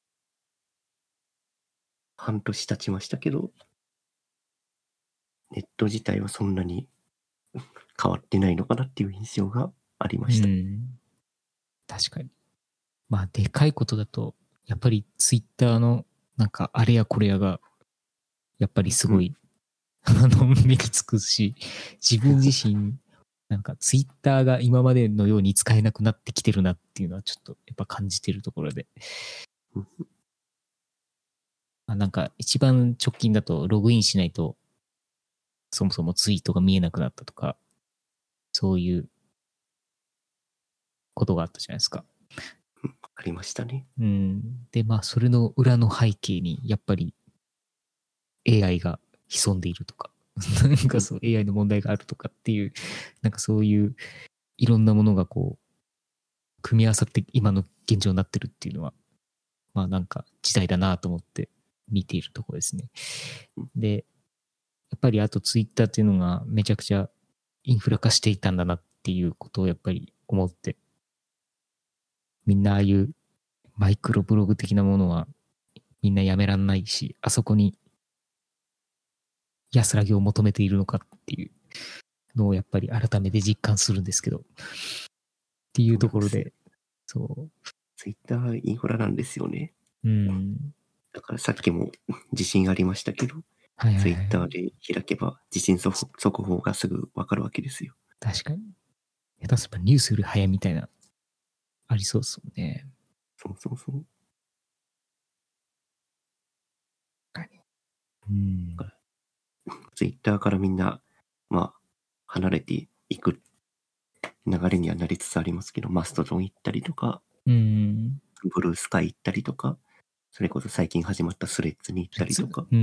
半年経ちましたけど、ネット自体はそんなに変わってないのかなっていう印象がありました。 うん。確かに。まあ、でかいことだと、やっぱりツイッターの、なんか、あれやこれやが、やっぱりすごい、 あの、目につくし、自分自身、なんかツイッターが今までのように使えなくなってきてるなっていうのはちょっとやっぱ感じてるところで。あ、なんか一番直近だとログインしないとそもそもツイートが見えなくなったとか、そういうことがあったじゃないですか。 ありましたね。 うん。で、まあそれの裏の背景にやっぱり エーアイ が潜んでいるとか、なんかそう エーアイ の問題があるとかっていう、なんかそういういろんなものがこう、組み合わさって今の現状になってるっていうのは、まあなんか時代だなと思って見ているところですね。で、やっぱりあとツイッターっていうのがめちゃくちゃインフラ化していたんだなっていうことをやっぱり思って、みんなああいうマイクロブログ的なものはみんなやめらんないし、あそこに安らぎを求めているのかっていうのをやっぱり改めて実感するんですけど、っていうところで、そう。 ツイッターインフラなんですよね。 うん。 だからさっきも地震ありましたけど、 はいはいはい、 ツイッターで開けば地震速速報がすぐわかるわけですよ。 確かに。下手すればニュースより早いみたいな、ありそうですもんね。 そうそうそう。 うん。 ツイッターからみんな、まあ、離れていく流れにはなりつつありますけど、マストドン行ったりとか、 うん。 ブルースカイ行ったりとか、それこそ最近始まったスレッズに行ったりとか。 うん。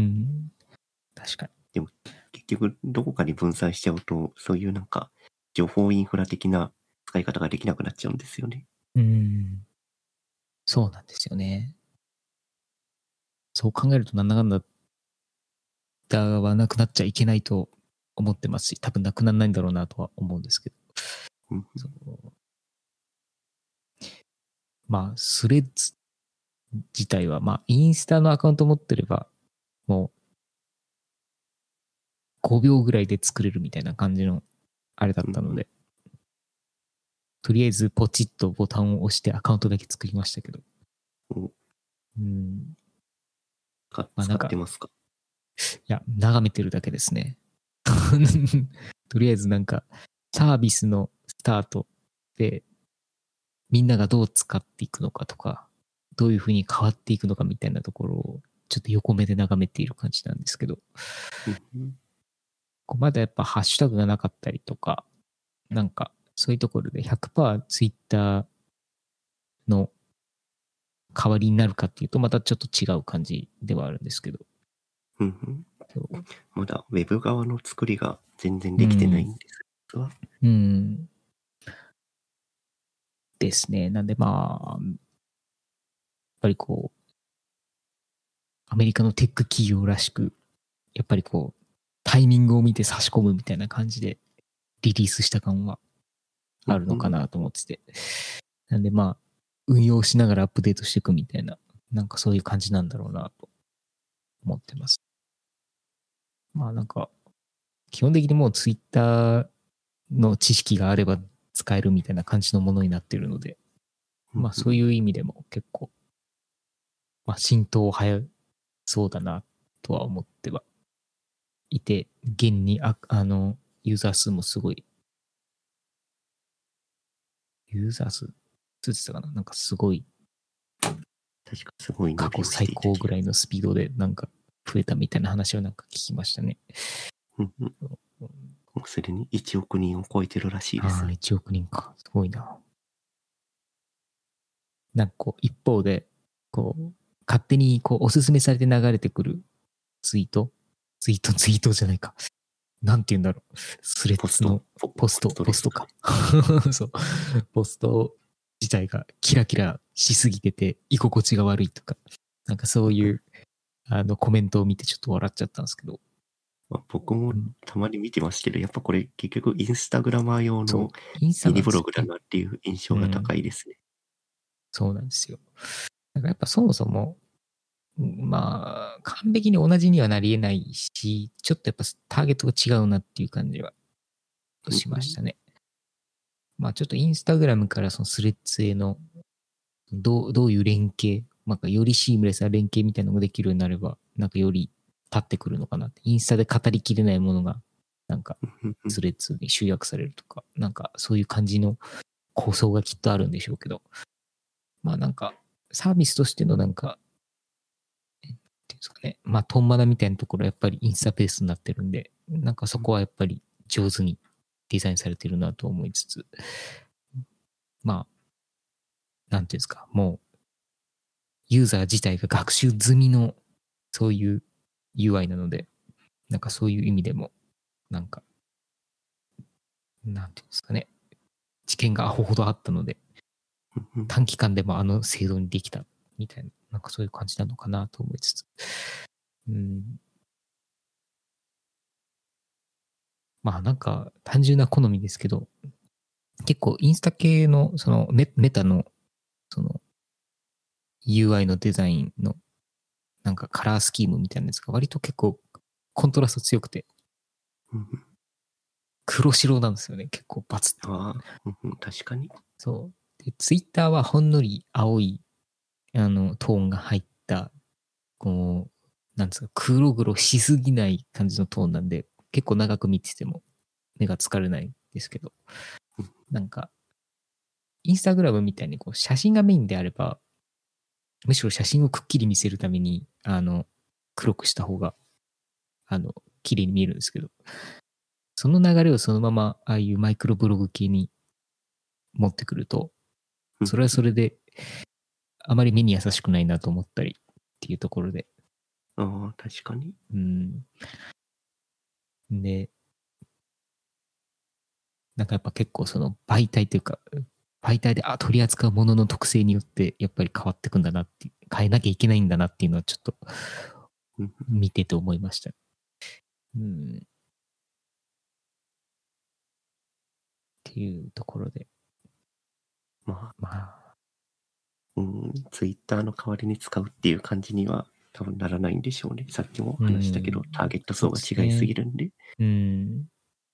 確かに。 でも、結局、どこかに分散しちゃうと、そういうなんか、情報インフラ的な使い方ができなくなっちゃうんですよね。 うん。そうなんですよね。そう考えるとなんだかんだ、だはなくなっちゃいけないと思ってますし、多分なくならないんだろうなとは思うんですけど。 うん、 そうまあ、スレッズ自体は、まあ、インスタのアカウント持ってれば、もう、ごびょうぐらいで作れるみたいな感じの、あれだったので、うん、とりあえずポチッとボタンを押してアカウントだけ作りましたけど。うん。 かまあ、 使ってますか？ いや、眺めてるだけですね。とりあえずなんか、サービスのスタートで、みんながどう使っていくのかとか、どういうふうに変わっていくのかみたいなところを、ちょっと横目で眺めている感じなんですけど、まだやっぱハッシュタグがなかったりとか、なんかそういうところで ひゃくパーセント ツイッターの代わりになるかっていうとまたちょっと違う感じではあるんですけど。 うんうん、まだウェブ側の作りが全然できてないんですが。 うん。うんですね。なんでまあ、やっぱりこう、アメリカのテック企業らしく、やっぱりこう、タイミングを見て差し込むみたいな感じでリリースした感はあるのかなと思ってて。うん、なんでまあ、運用しながらアップデートしていくみたいな、なんかそういう感じなんだろうなと思ってます。まあなんか、基本的にもうツイッターの知識があれば使えるみたいな感じのものになっているので、まあそういう意味でも結構、まあ浸透早そうだなとは思ってはいて、現にあ、あの、ユーザー数もすごい、ユーザー数、つってたかななんかすごい、 確かすごい過去最高ぐらいのスピードでなんか増えたみたいな話をなんか聞きましたね。 うんうん、もうすでにいちおく人を超えてるらしいです、ね。 ああ、いちおく人か。すごいな。なんかこう、一方で、こう、勝手にこう、おすすめされて流れてくるツイートツイート、ツイートじゃないか。なんて言うんだろう。スレッズのポスト、ポストか。そう。ポスト自体がキラキラしすぎてて、居心地が悪いとか、なんかそういう、あの、コメントを見てちょっと笑っちゃったんですけど。 まあ、僕もたまに見てますけど、うん、やっぱこれ結局インスタグラマー用のミニブログだなっていう印象が高いですね。 そうなんですよ。だからやっぱそもそも、まあ、完璧に同じにはなり得ないし、ちょっとやっぱターゲットが違うなっていう感じはしましたね。うん、まあちょっとインスタグラムからそのスレッズへのどう、どういう連携、なんかよりシームレスな連携みたいなのができるようになれば、なんかより立ってくるのかなって。インスタで語りきれないものが、なんか、 うんうんスレッズに集約されるとか、なんか、そういう感じの構想がきっとあるんでしょうけど、まあなんか、サービスとしてのなんか、えっていうんですかね、まあ、トンマナみたいなところはやっぱりインスタベースになってるんで、なんかそこはやっぱり上手にデザインされてるなと思いつつ、まあ、なんていうんですか、もう、ユーザー自体が学習済みの、そういう ユーアイ なので、なんかそういう意味でも、なんか、なんていうんですかね、知見がアホほどあったので、 うんうん短期間でもあの精度にできたみたいな、なんかそういう感じなのかなと思いつつ、うん、まあなんか単純な好みですけど、結構インスタ系のそのメメタのその ユーアイ のデザインのなんかカラースキームみたいなやつが割と結構コントラスト強くてうんうん黒白なんですよね、結構バツッと。 ああ、うんうん確かに。 そう。で、ツイッターはほんのり青いあのトーンが入った、こう、なんですか、黒々しすぎない感じのトーンなんで、結構長く見てても目が疲れないんですけど、なんか、インスタグラムみたいにこう写真がメインであれば、むしろ写真をくっきり見せるために、あの、黒くした方が、あの、綺麗に見えるんですけど、その流れをそのまま、ああいうマイクロブログ系に持ってくると、それはそれで、あまり目に優しくないなと思ったりっていうところで、 ああ、確かに。 うん。で、なんかやっぱ結構その媒体というか、媒体であ取り扱うものの特性によってやっぱり変わってくんだなっていう、変えなきゃいけないんだなっていうのはちょっとうん見てて思いました。うん。っていうところで、 まあ、 まあ、 うん、ツイッターの代わりに使うっていう感じには多分ならないんでしょうね。さっきも話したけど、 うんターゲット層がそうですね違いすぎるんで。 うん。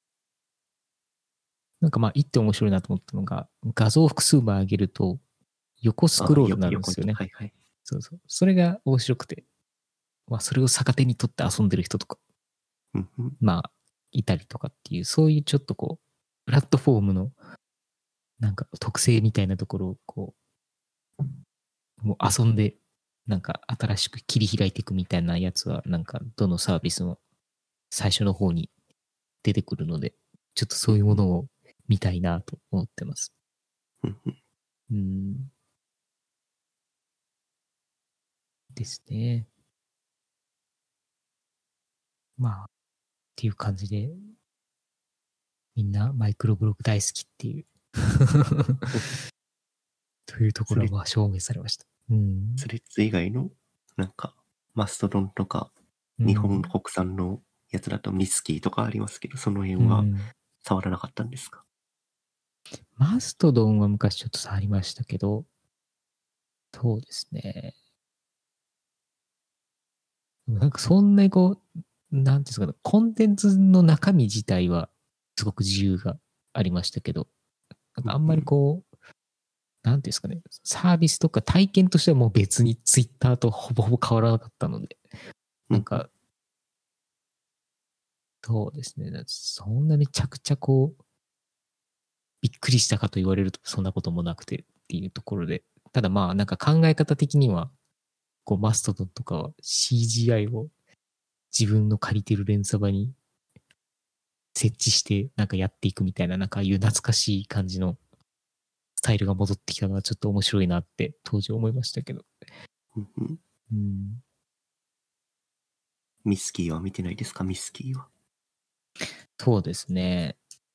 なんかまあ、いって面白いなと思ったのが、画像を複数枚上げると、横スクああ、よロールになるんで横に、 すよね。 はいはい。 そうそう。それが面白くて、まあ、それを逆手に取って遊んでる人とか、 うんうんまあ、いたりとかっていう、そういうちょっとこう、プラットフォームの、なんか特性みたいなところを、こう、もう遊んで、なんか新しく切り開いていくみたいなやつは、なんかどのサービスも最初の方に出てくるので、ちょっとそういうものを見たいなと思ってます。 うんうんうん。ですね。まあ、っていう感じで、みんなマイクロブログ大好きっていうというとこスレッろはまあ証明されました。うん。 スレッズ以外の、なんか、マストドンとか、 うん日本国産のやつだとミスキーとかありますけど、そのう辺はん。 触らなかったんですか？ マストドンは昔ちょっと触りましたけど、そうですね。なんかそんなにこう、なんていうんですかね、コンテンツの中身自体はすごく自由がありましたけど、なんかあんまりこう、なんていうんですかね、サービスとか体験としてはもう別にツイッターとほぼほぼ変わらなかったので、なんか、そうですね、そんなめちゃくちゃこう、びっくりしたかと言われるとそんなこともなくてっていうところで、ただまあなんか考え方的には、こうマストドンとかは シージーアイ を自分の借りてる連鎖場に設置してなんかやっていくみたいな、なんかああいう懐かしい感じのスタイルが戻ってきたのはちょっと面白いなって当時思いましたけど。 うんうんうん、 ミスキーは見てないですか？ミスキーは。 そうですね。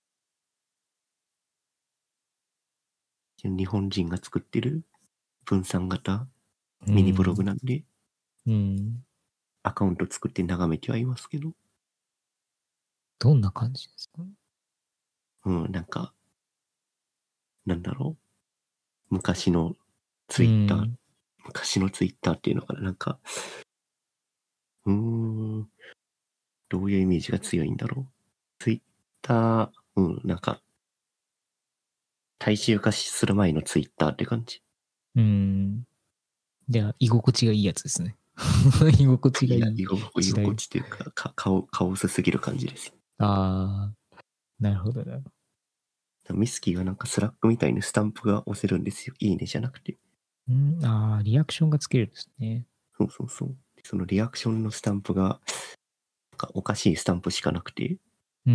日本人が作ってる分散型うミニブログん。 なんで、 うん。 アカウント作って眺めてはいますけど、 どんな感じですか？ うん、なんか、なんだろう。昔のうツイッター、 ん。 昔のツイッターっていうのかな、なんか、うーん、どういうイメージが強いんだろう。ツイッター、うん、なんか、大衆化する前のツイッターって感じ。 うん。では、居心地がいいやつですね。 居心地がいいや、 い居心居時代。 心地というか、か顔、顔薄すぎる感じですよ。 ああ、なるほどな。 ミスキーがなんかスラックみたいにスタンプが押せるんですよ。いいねじゃなくて。 うん、ああ、リアクションがつけるんですね。 そうそうそう。そのリアクションのスタンプが、なんかおかしいスタンプしかなくて、 うん。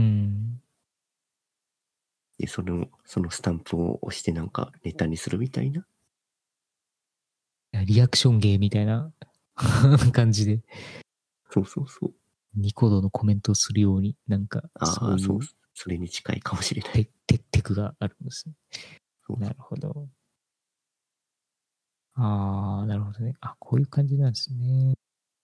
で、その、そのスタンプを押してなんかネタにするみたいな。 リアクション芸みたいな感じで、 そうそうそう。 ニコ動のコメントをするように、なんか、そああ、そう、 ういうそれに近いかもしれない。 テテテクがあるんですね。 そうなるほど。ああ、なるほどね。あ、こういう感じなんですね。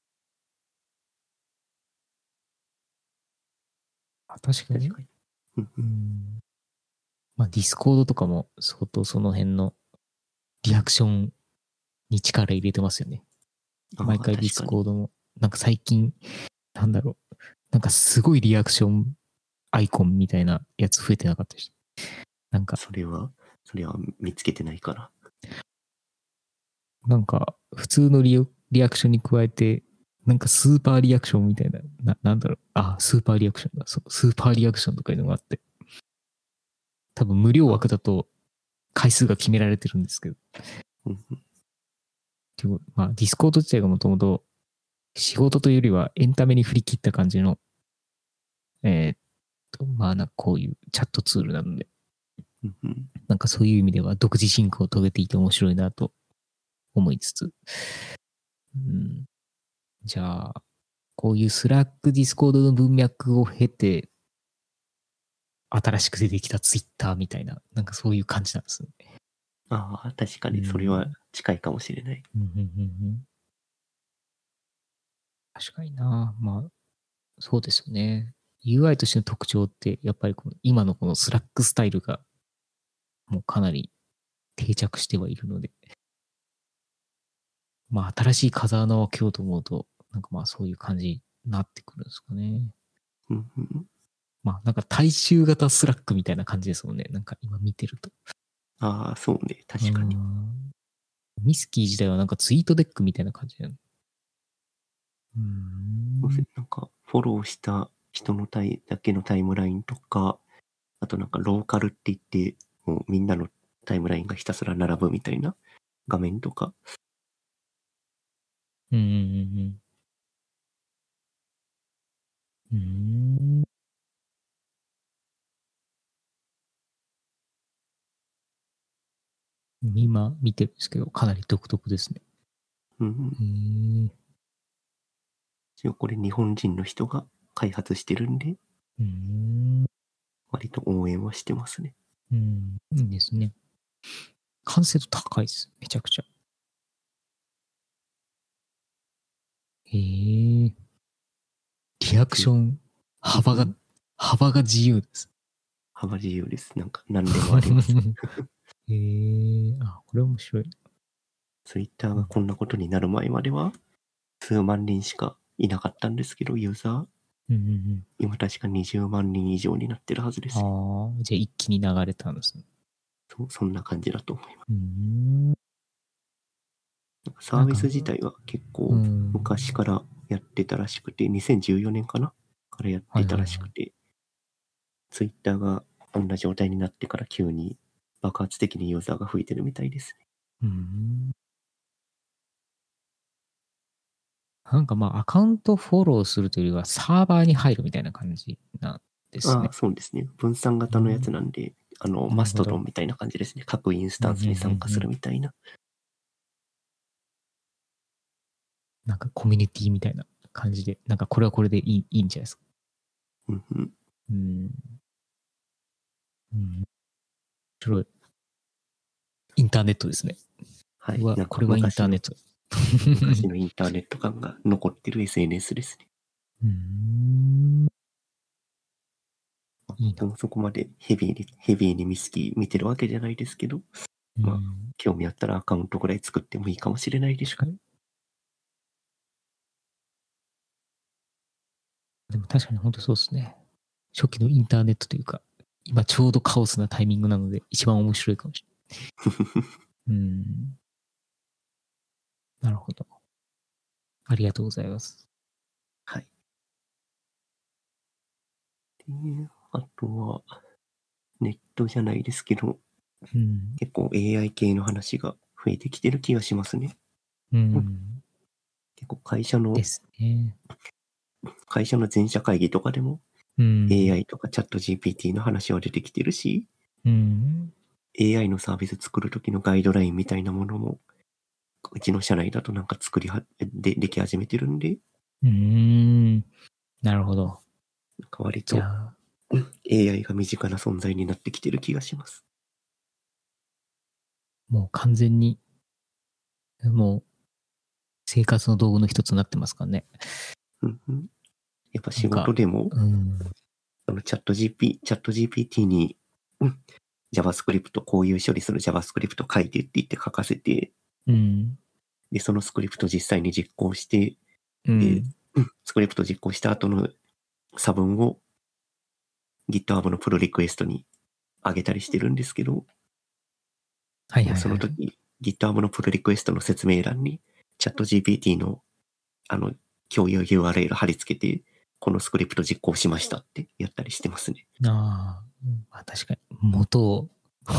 あ、確かに。 確かに。うんううんん。まあ、ディスコードとかも相当その辺のリアクションに力入れてますよね。 ああ、 毎回ディス確かに。 コードも、なんか最近、なんだろう。なんかすごいリアクションアイコンみたいなやつ増えてなかったでしなんか、 それは、それは見つけてないから。 なんか普通のリリアクションに加えて、なんかスーパーリアクションみたいな、ななんだろう。あ、スーパーリアクションだ。そう、スーパーリアクションとかいうのがあって、多分無料枠だと回数が決められてるんですけど、 うんうん、 でもまあディスコード自体がもともと仕事というよりはエンタメに振り切った感じの、えーっと、まあなんかこういうチャットツールなので、 うんうん、 なんかそういう意味では独自進化を遂げていて面白いなと思いつつ、うん、じゃあ、こういうスラック、ディスコードの文脈を経て、新しく出てきたツイッターみたいな、なんかそういう感じなんですね。 ああ、確かうんにそれは近いかもしれない。 うんうんうんうん、確かにな。まあ、そうですよね。ユーアイ としての特徴って、やっぱりこの今のこのスラックスタイルが、もうかなり定着してはいるので、まあ、新しい風穴を開けようと思うと、なんかまあ、そういう感じになってくるんですかね。 うんうん、 まあ、なんか大衆型スラックみたいな感じですもんね。なんか今見てると。 ああ、そうね。確かに。 ミスキー自体はなんかツイートデックみたいな感じなの。うーん。 なんか、フォローした人のタイだけのタイムラインとか、あとなんかローカルって言って、もうみんなのタイムラインがひたすら並ぶみたいな画面とか。 うんうんうんうん。うーん。今見てるんですけど、かなり独特ですね。 うんうん、 へー。 一応これ日本人の人が開発してるんで、 うーん。 割と応援はしてますね。 うん。いいですね。完成度高いです。めちゃくちゃ。へえ。リアクション、幅が、幅が自由です。 幅自由です。なんか何でもあります。 へえ。あ、これ面白い。 ツイッターがこんなことになる前までは、数万人しかいなかったんですけど、ユーザー。 うんうんうん。 今確かにじゅうまん人以上になってるはずですよ。 ああ、じゃあ一気に流れたんですね。 そそんな感じだと思います。 うーん。 サービス自体は結構昔かからやってたらしくて、にせんじゅうよねんかなからやってたらしくて、ツイッターがこんな状態になってから急に爆発的にユーザーが増えてるみたいですね。 うん。なんかまあアカウントフォローするというよりはサーバーに入るみたいな感じなんですね。 ああ、そうですね。分散型のやつなんで、あの、マストドンみたいな感じですね。各インスタンスに参加するみたいな。 なんかコミュニティみたいな感じで、なんかこれはこれでいいいいんじゃないですか。 うんうん。 うん。うん。面白い。インターネットですね。 はい。 これは、 なんかこれはインタ昔の、 ーネット。 昔のインターネット感が残ってる エスエヌエス ですね。 うーん。いいな。 もうそこまでヘビーに、ヘビーにミスキー見てるわけじゃないですけど、 うん、 まあ、興味あったらアカウントぐらい作ってもいいかもしれないです。 確かに。でも確かに本当そうですね。初期のインターネットというか、今ちょうどカオスなタイミングなので、一番面白いかもしれない。うん。なるほど。 ありがとうございます。 はい。で、あとは、ネットじゃないですけど、 うん。 結構 エーアイ 系の話が増えてきてる気がしますね。 うん。 結構会社の、 ですね。 会社の全社会議とかでも、 うん。 エーアイ とかチャット ジーピーティー の話は出てきてるし、 うん。 エーアイ のサービス作るときのガイドラインみたいなものも、うちの社内だとなんか作りは、で、でき始めてるんで、 うーん。なるほど。 なんか割とじゃあ、 うん エーアイ が身近な存在になってきてる気がします。 もう完全に、もう生活の道具の一つになってますからね。 うんうん、やっぱ仕なんか、 事でも、 うん。 そのチャット ジーピー、チャット ジーピーティー に、うん、JavaScript こういう処理する JavaScript 書いてって言って書かせて、 うん。 で、そのスクリプト実際に実行して、で、 うん。 うんスクリプト実行した後の差分を GitHub のプロリクエストに上げたりしてるんですけど、 はいもうはいはいはい。 その時、GitHub のプロリクエストの説明欄に、チャット ジーピーティー の、あの、共有 ユーアールエル 貼り付けて、このスクリプト実行しましたってやったりしてますね。 ああ、うんまあ確かに、元を、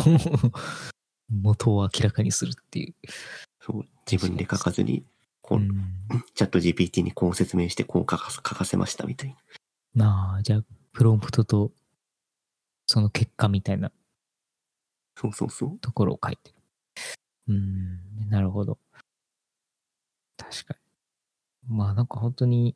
元を明らかにするっていう。 そう、自分で書かずに、こう、 うん。 チャット ジーピーティー にこう説明して、こう書か書かせましたみたいな。 なあ、じゃあ、プロンプトとその結果みたいなそうそうそう。 ところを書いてる。うん、なるほど。確かに。まあなんか本当に、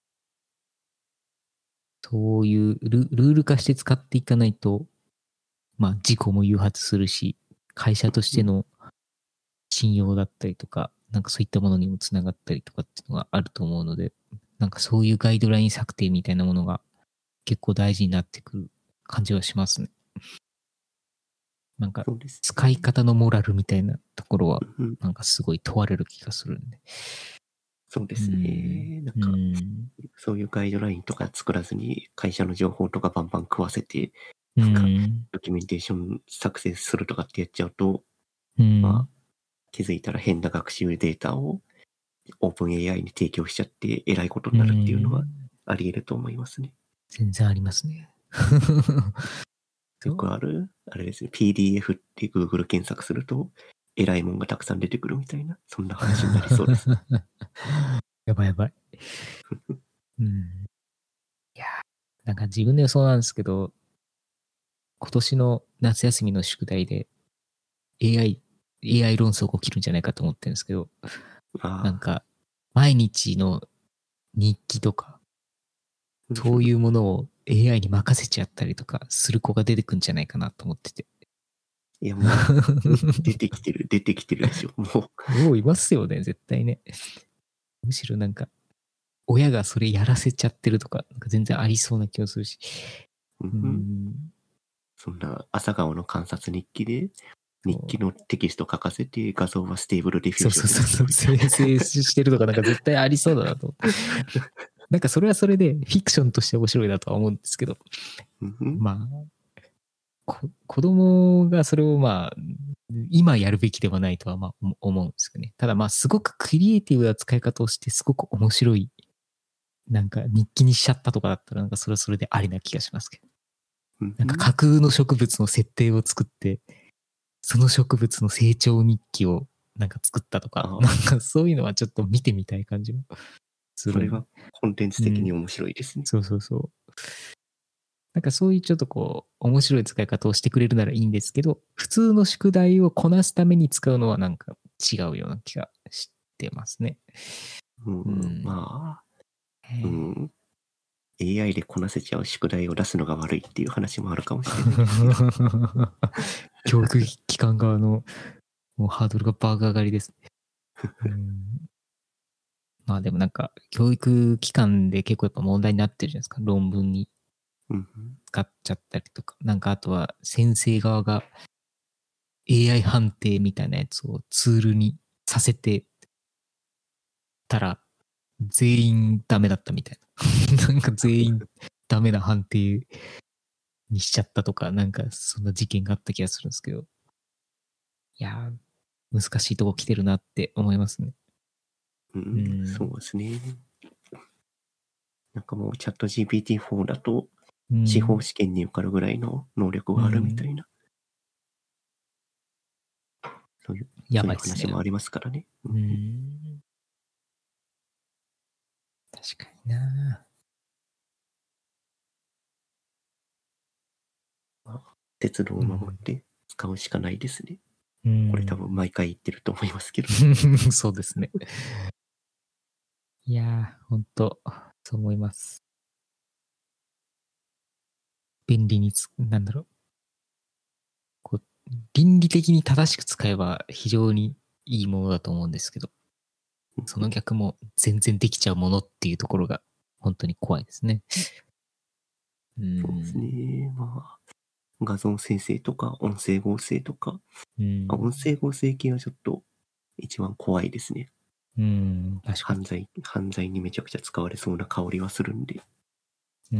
そういうルルール化して使っていかないと、まあ事故も誘発するし、会社としての信用だったりとか、なんかそういったものにもつながったりとかっていうのがあると思うので、なんかそういうガイドライン策定みたいなものが結構大事になってくる感じはしますね。なんかそうです使い方のモラルみたいなところは、 うん、 なんかすごい問われる気がするんで。うそうですん。 ね。なんうか、 ん。 そういうガイドラインとか作らずに、会社の情報とかバンバン食わせて、 うなんか、 ん。 ドキュメンテーション作成するとかってやっちゃうと、 うん。 まあ、気づいたら変な学習データをオープン エーアイ に提供しちゃって、えらいことうになるっていうのはん。 あり得ると思いますね。 全然ありますね。そよくある、あれですね、ピーディーエフ って Google 検索すると、えらいもんがたくさん出てくるみたいな、そんな話になりそうです。 やばいやばい。うん。いや、なんか自分ではそうなんですけど、今年の夏休みの宿題で エーアイ、エーアイ 論争が起きるんじゃないかと思ってるんですけど、なんああ、 か、毎日の日記とか、そういうものを エーアイ に任せちゃったりとかする子が出てくんじゃないかなと思ってて。 いやもう、出てきてる、出てきてるでしょ、ももういますよね、絶対ね。むしろなんか、親がそれやらせちゃってるとか、なんか全然ありそうな気がするし。 う。 ううん、 ん。 そんな朝顔の観察日記で、日記のテキスト書かせて、画像はステーブルディフュそうージョンそうそうそう、 で出すみたい生成してるとかなんか絶対ありそうだなと思って。なんかそれはそれでフィクションとして面白いなとは思うんですけど、 な。うん、 まあ、こ子供がそれをまあ、今やるべきではないとはまあ思うんですけどね。ただまあ、すごくクリエイティブな使い方をして、すごく面白い、なんか日記にしちゃったとかだったら、なんかそれはそれでありな気がしますけど。 うん、 なんか架空の植物の設定を作って、その植物の成長日記をなんか作ったとか、 ああ、 なんかそういうのはちょっと見てみたい感じもするんで。 それはコンテンツうん。 的に面白いですね。 そうそうそう。なんかそういうちょっとこう、面白い使い方をしてくれるならいいんですけど、普通の宿題をこなすために使うのはなんか違うような気がしてますね。 うん、 うん。 まあ、うん、エーアイ でこなせちゃう宿題を出すのが悪いっていう話もあるかもしれないですけど。 教育機関側のもうハードルが爆上がりです。うん、まあでもなんか、教育機関で結構やっぱ問題になってるじゃないですか。論文にうん、 使っちゃったりとか。なんかあとは先生側が エーアイ 判定みたいなやつをツールにさせてたら、全員ダメだったみたいな。なんか全員ダメな判定にしちゃったとか、なんかそんな事件があった気がするんですけど。いやー、難しいとこ来てるなって思いますね。 う、 うんん。 そうですね。なんかもうチャット ジーピーティーフォー だと、 う司法ん。 試験に受かるぐらいの能力うがあるみたん。 いな、そういう、 やそういうばいっすね。 話もありますからね。ううんん。確かにな。 まあ、鉄道を守うん。 って使うしかないですね。 うこれ多分ん。 毎回言ってると思いますけど。 そうですね。いやー、ほんと、そう思います。便利につ、なんだろう。こう、倫理的に正しく使えば非常にいいものだと思うんですけど、その逆も全然できちゃうものっていうところが本当に怖いですね。うそうですん。 ね。まあ、画像生成とか音声合成とか、 うあ、音ん。 声合成系はちょっと一番怖いですね。 うん。確かに。 犯罪、犯罪にめちゃくちゃ使われそうな香りはするんで。 うん。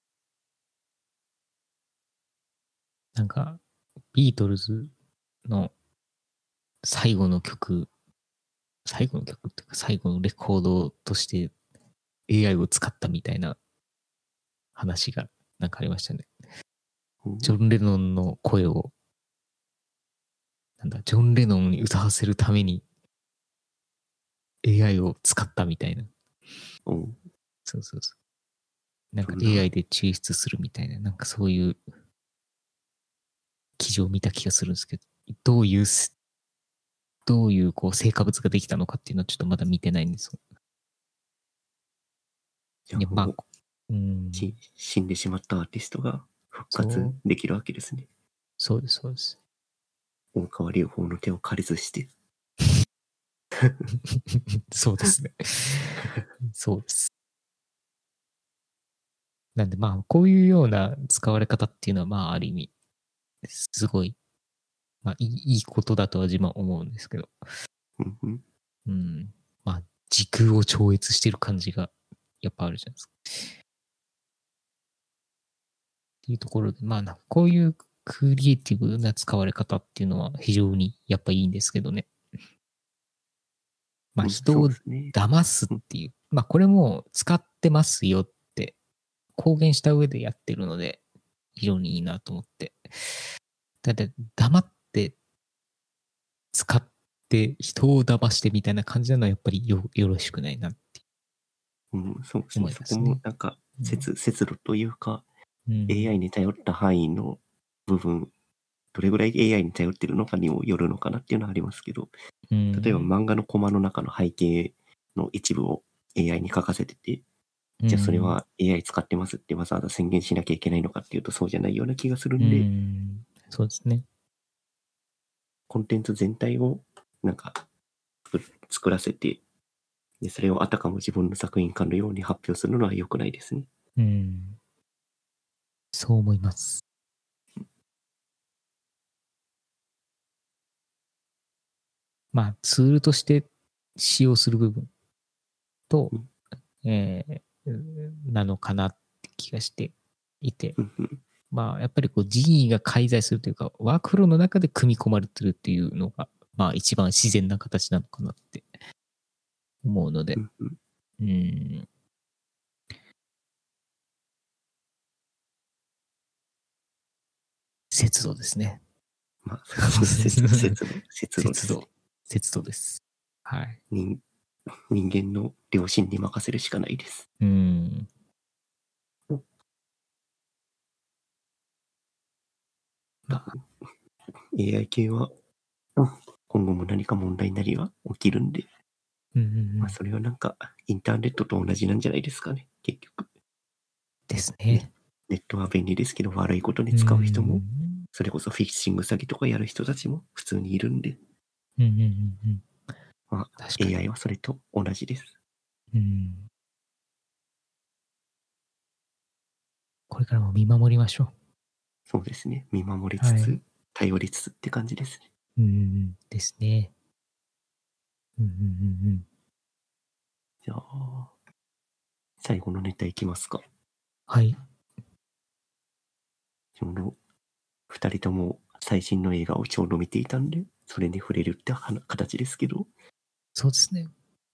なんか、ビートルズの最後の曲、最後の曲っていうか最後のレコードとして エーアイ を使ったみたいな話がなんかありましたね。ジうん、 ョン・レノンの声を、なんだ、ジョン・レノンに歌わせるために エーアイ を使ったみたいな。 うん、 そうそうそう。なんかそんエーアイな、 で抽出するみたいな、なんかそういう記事を見た気がするんですけど、どういうす、どういうこう成果物ができたのかっていうのはちょっとまだ見てないんですよ。いや、まあ、 じゃあもう、 うん、 し死んでしまったアーティストが復活そう、 できるわけですね。 そうです、そうです。 大川隆法の手を借りずして。 そうですね。そうです。なんでまあ、こういうような使われ方っていうのは、まあ、ある意味、すごい、まあ、いいいいことだとは自分は思うんですけど、 うんうん、 うん。まあ、時空を超越してる感じが、やっぱあるじゃないですか。っていうところで、まあ、なんかこういうクリエイティブな使われ方っていうのは非常にやっぱいいんですけどね。まあ、 うん、そう人をですね。 騙すっうん、 ていう、まあ、これも使ってますよって公言した上でやってるので、非常にいいなと思って。ただ、黙って使って人を騙してみたいな感じなのはやっぱりよよろしくないなってうん、そうですね。 思いそこますね。 もなんか、 うん。 節、節度というか、 うん。 エーアイ に頼った範囲の部分、どれぐらい エーアイ に頼ってるのかにもよるのかなっていうのはありますけど、 う例えばん。 漫画のコマの中の背景の一部を エーアイ に書かせてて、 うじゃあそれん。 は エーアイ 使ってますってわざわざ宣言しなきゃいけないのかっていうとそうじゃないような気がするうんで、 ん。そうですね。 コンテンツ全体をなんか作作らせて、でそれをあたかも自分の作品かのように発表するのは良くないですね。 うん。そう思います。まあ、ツールとして使用する部分と、 うん、 えーなのかなって気がしていて、 うん、うん、 まあ、やっぱりこう人為が介在するというか、ワークフローの中で組み込まれてるっていうのが、まあ一番自然な形なのかなって思うので、 うん、うん。 うん、節度ですね。 まあそうですね。節、節度、節度で節度、 すね。 節度です。はい。 人、人間の良心に任せるしかないです。 うん。まあ、 多分 エーアイ 系はうん今後も何か問題なりは起きるんで、 うんうんうまあん。 それはなんかインターネットと同じなんじゃないですかね、結局。 ですネね。 ネットは便利ですけど悪いことにう使う人も、 ん。 それこそフィッシング詐欺とかやる人たちも普通にいるんで、 うんうんうんうん。 まあ確かに。 エーアイ はそれと同じです。 うん。これからも見守りましょそうですね。見守りう。はい。 つつ、頼りつつって感じですね。 うんうんうん。ですね。うんうんうんうん。 じゃあ、最後のネタいきますか。 はい。 ちょうど二人とも最新の映画をちょうど見ていたんで、それに触れるってはな形ですけど、 そうですね。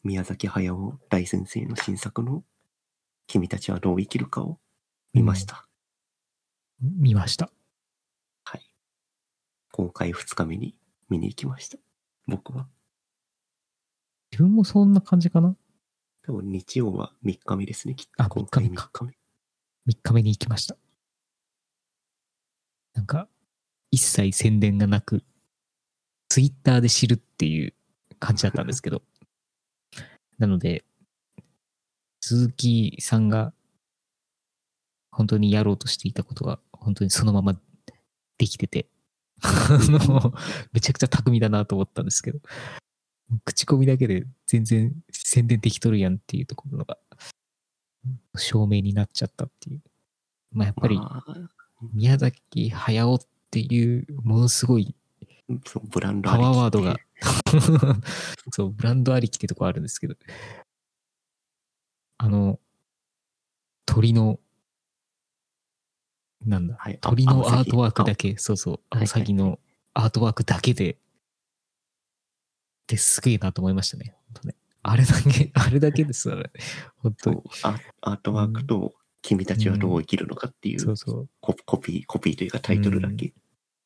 宮崎駿大先生の新作の君たちはどう生きるかを見ました。 うん、見ました。 はい。公開ふつかめに見に行きました。僕は。 自分もそんな感じかな。 多分日曜はみっかめですね、きっと。 あ、 公開みっかめか。 みっかめ。 みっかめに行きました。なんか、一切宣伝がなく、ツイッターで知るっていう感じだったんですけど。なので、鈴木さんが本当にやろうとしていたことが本当にそのままできてて、あの、めちゃくちゃ巧みだなと思ったんですけど、口コミだけで全然宣伝できとるやんっていうところが証明になっちゃったっていう。まあやっぱり宮崎駿っていうものすごいそうブランドパワーワードがそうブランドありきってとこあるんですけど、あの鳥のなんだ、はい、鳥のアートワークだけ、そうそう、アオサギのアートワークだけで、ですげえなと思いましたね。本当ね。あれだけ、あれだけですよね。本当に。 アートワークと、君たちはどう生きるのかっていう、うん、そうそうコピー、コピーというかタイトルだけ。うん、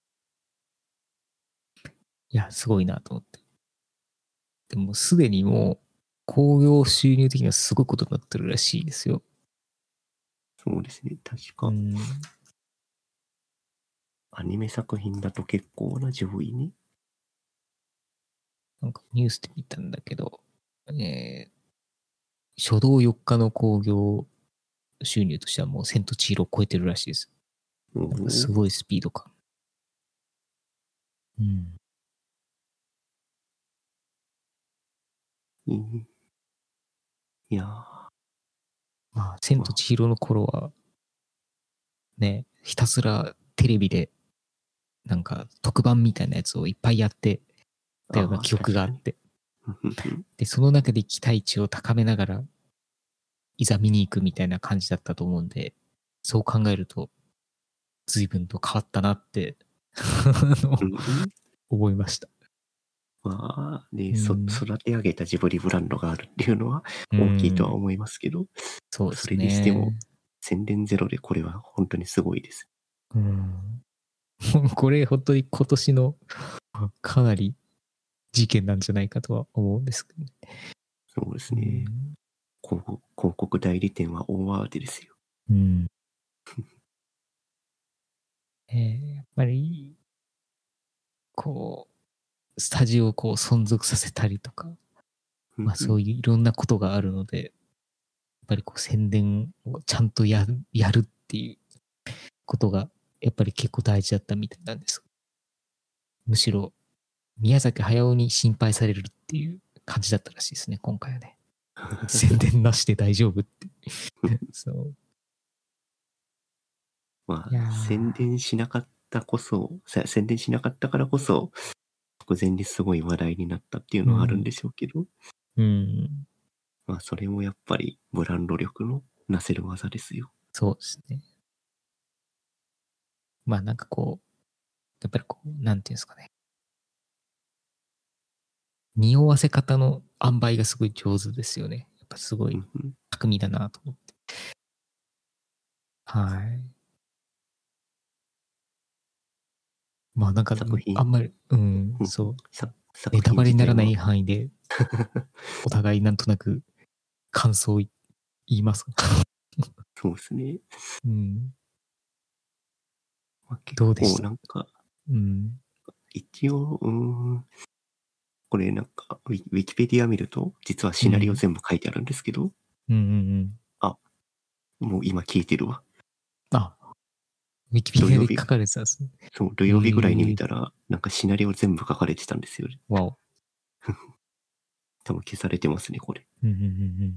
いや、すごいなと思って。でも、すでにもう、興行収入的にはすごいことになってるらしいですよ。 そうですね、確か。うん、アニメ作品だと結構な上位に。 なんかニュースで見たんだけど、えー、初動よっかの興行収入としてはもう千と千尋を超えてるらしいです。なんかすごいスピード感。うん。 うん、いやー。 まあ、千と千尋の頃は、ね、ひたすらテレビで、なんか特番みたいなやつをいっぱいやってたような記憶があって。で、その中で期待値を高めながら、いざ見に行くみたいな感じだったと思うんで、そう考えると、随分と変わったなって思いました。 まあ、で、そ、育て上げたジブリブランドがあるっていうのは大きいとは思いますけど、 そうですね。 それにしても、宣伝ゼロでこれは本当にすごいです。 うん。これ本当に今年のかなり事件なんじゃないかとは思うんですけどね。 そうですね。うん、広告、広告代理店は大慌てですよ。 うん。えー、やっぱり、こう、スタジオをこう存続させたりとか、まあそういういろんなことがあるので、やっぱりこう宣伝をちゃんとやる、やるっていうことが、やっぱり結構大事だったみたいなんです。むしろ、宮崎駿に心配されるっていう感じだったらしいですね、今回はね。宣伝なしで大丈夫って。そう。 まあ、宣伝しなかったこそ、宣伝しなかったからこそ、直前ですごい話題になったっていうのはあるんでしょうけど、 うん。うん、 まあ、それもやっぱりブランド力のなせる技ですよ。 そうですね。まあなんかこう、やっぱりこう、なんていうんですかね。匂わせ方の塩梅がすごい上手ですよね。やっぱすごい巧みだなと思って。はい。まあなんか、あんまり、うん、そう。ネタバレにならない範囲で、お互いなんとなく感想を言いますか。 そうですね。 うん。 まあ、どうでした？なんか、 うん、 一応、うん、これなんかウィ、ウィキペディア見ると、実はシナリオ全部書いてあるんですけど、 うんうんうん、 あ、もう今聞いてるわ。 あ、ウィキペディアで書かれてたんですね。 そう、土曜日ぐらいに見たら、なんかシナリオ全部書かれてたんですよね。 わお。 多分消されてますね、これ。 うんうんうんうん、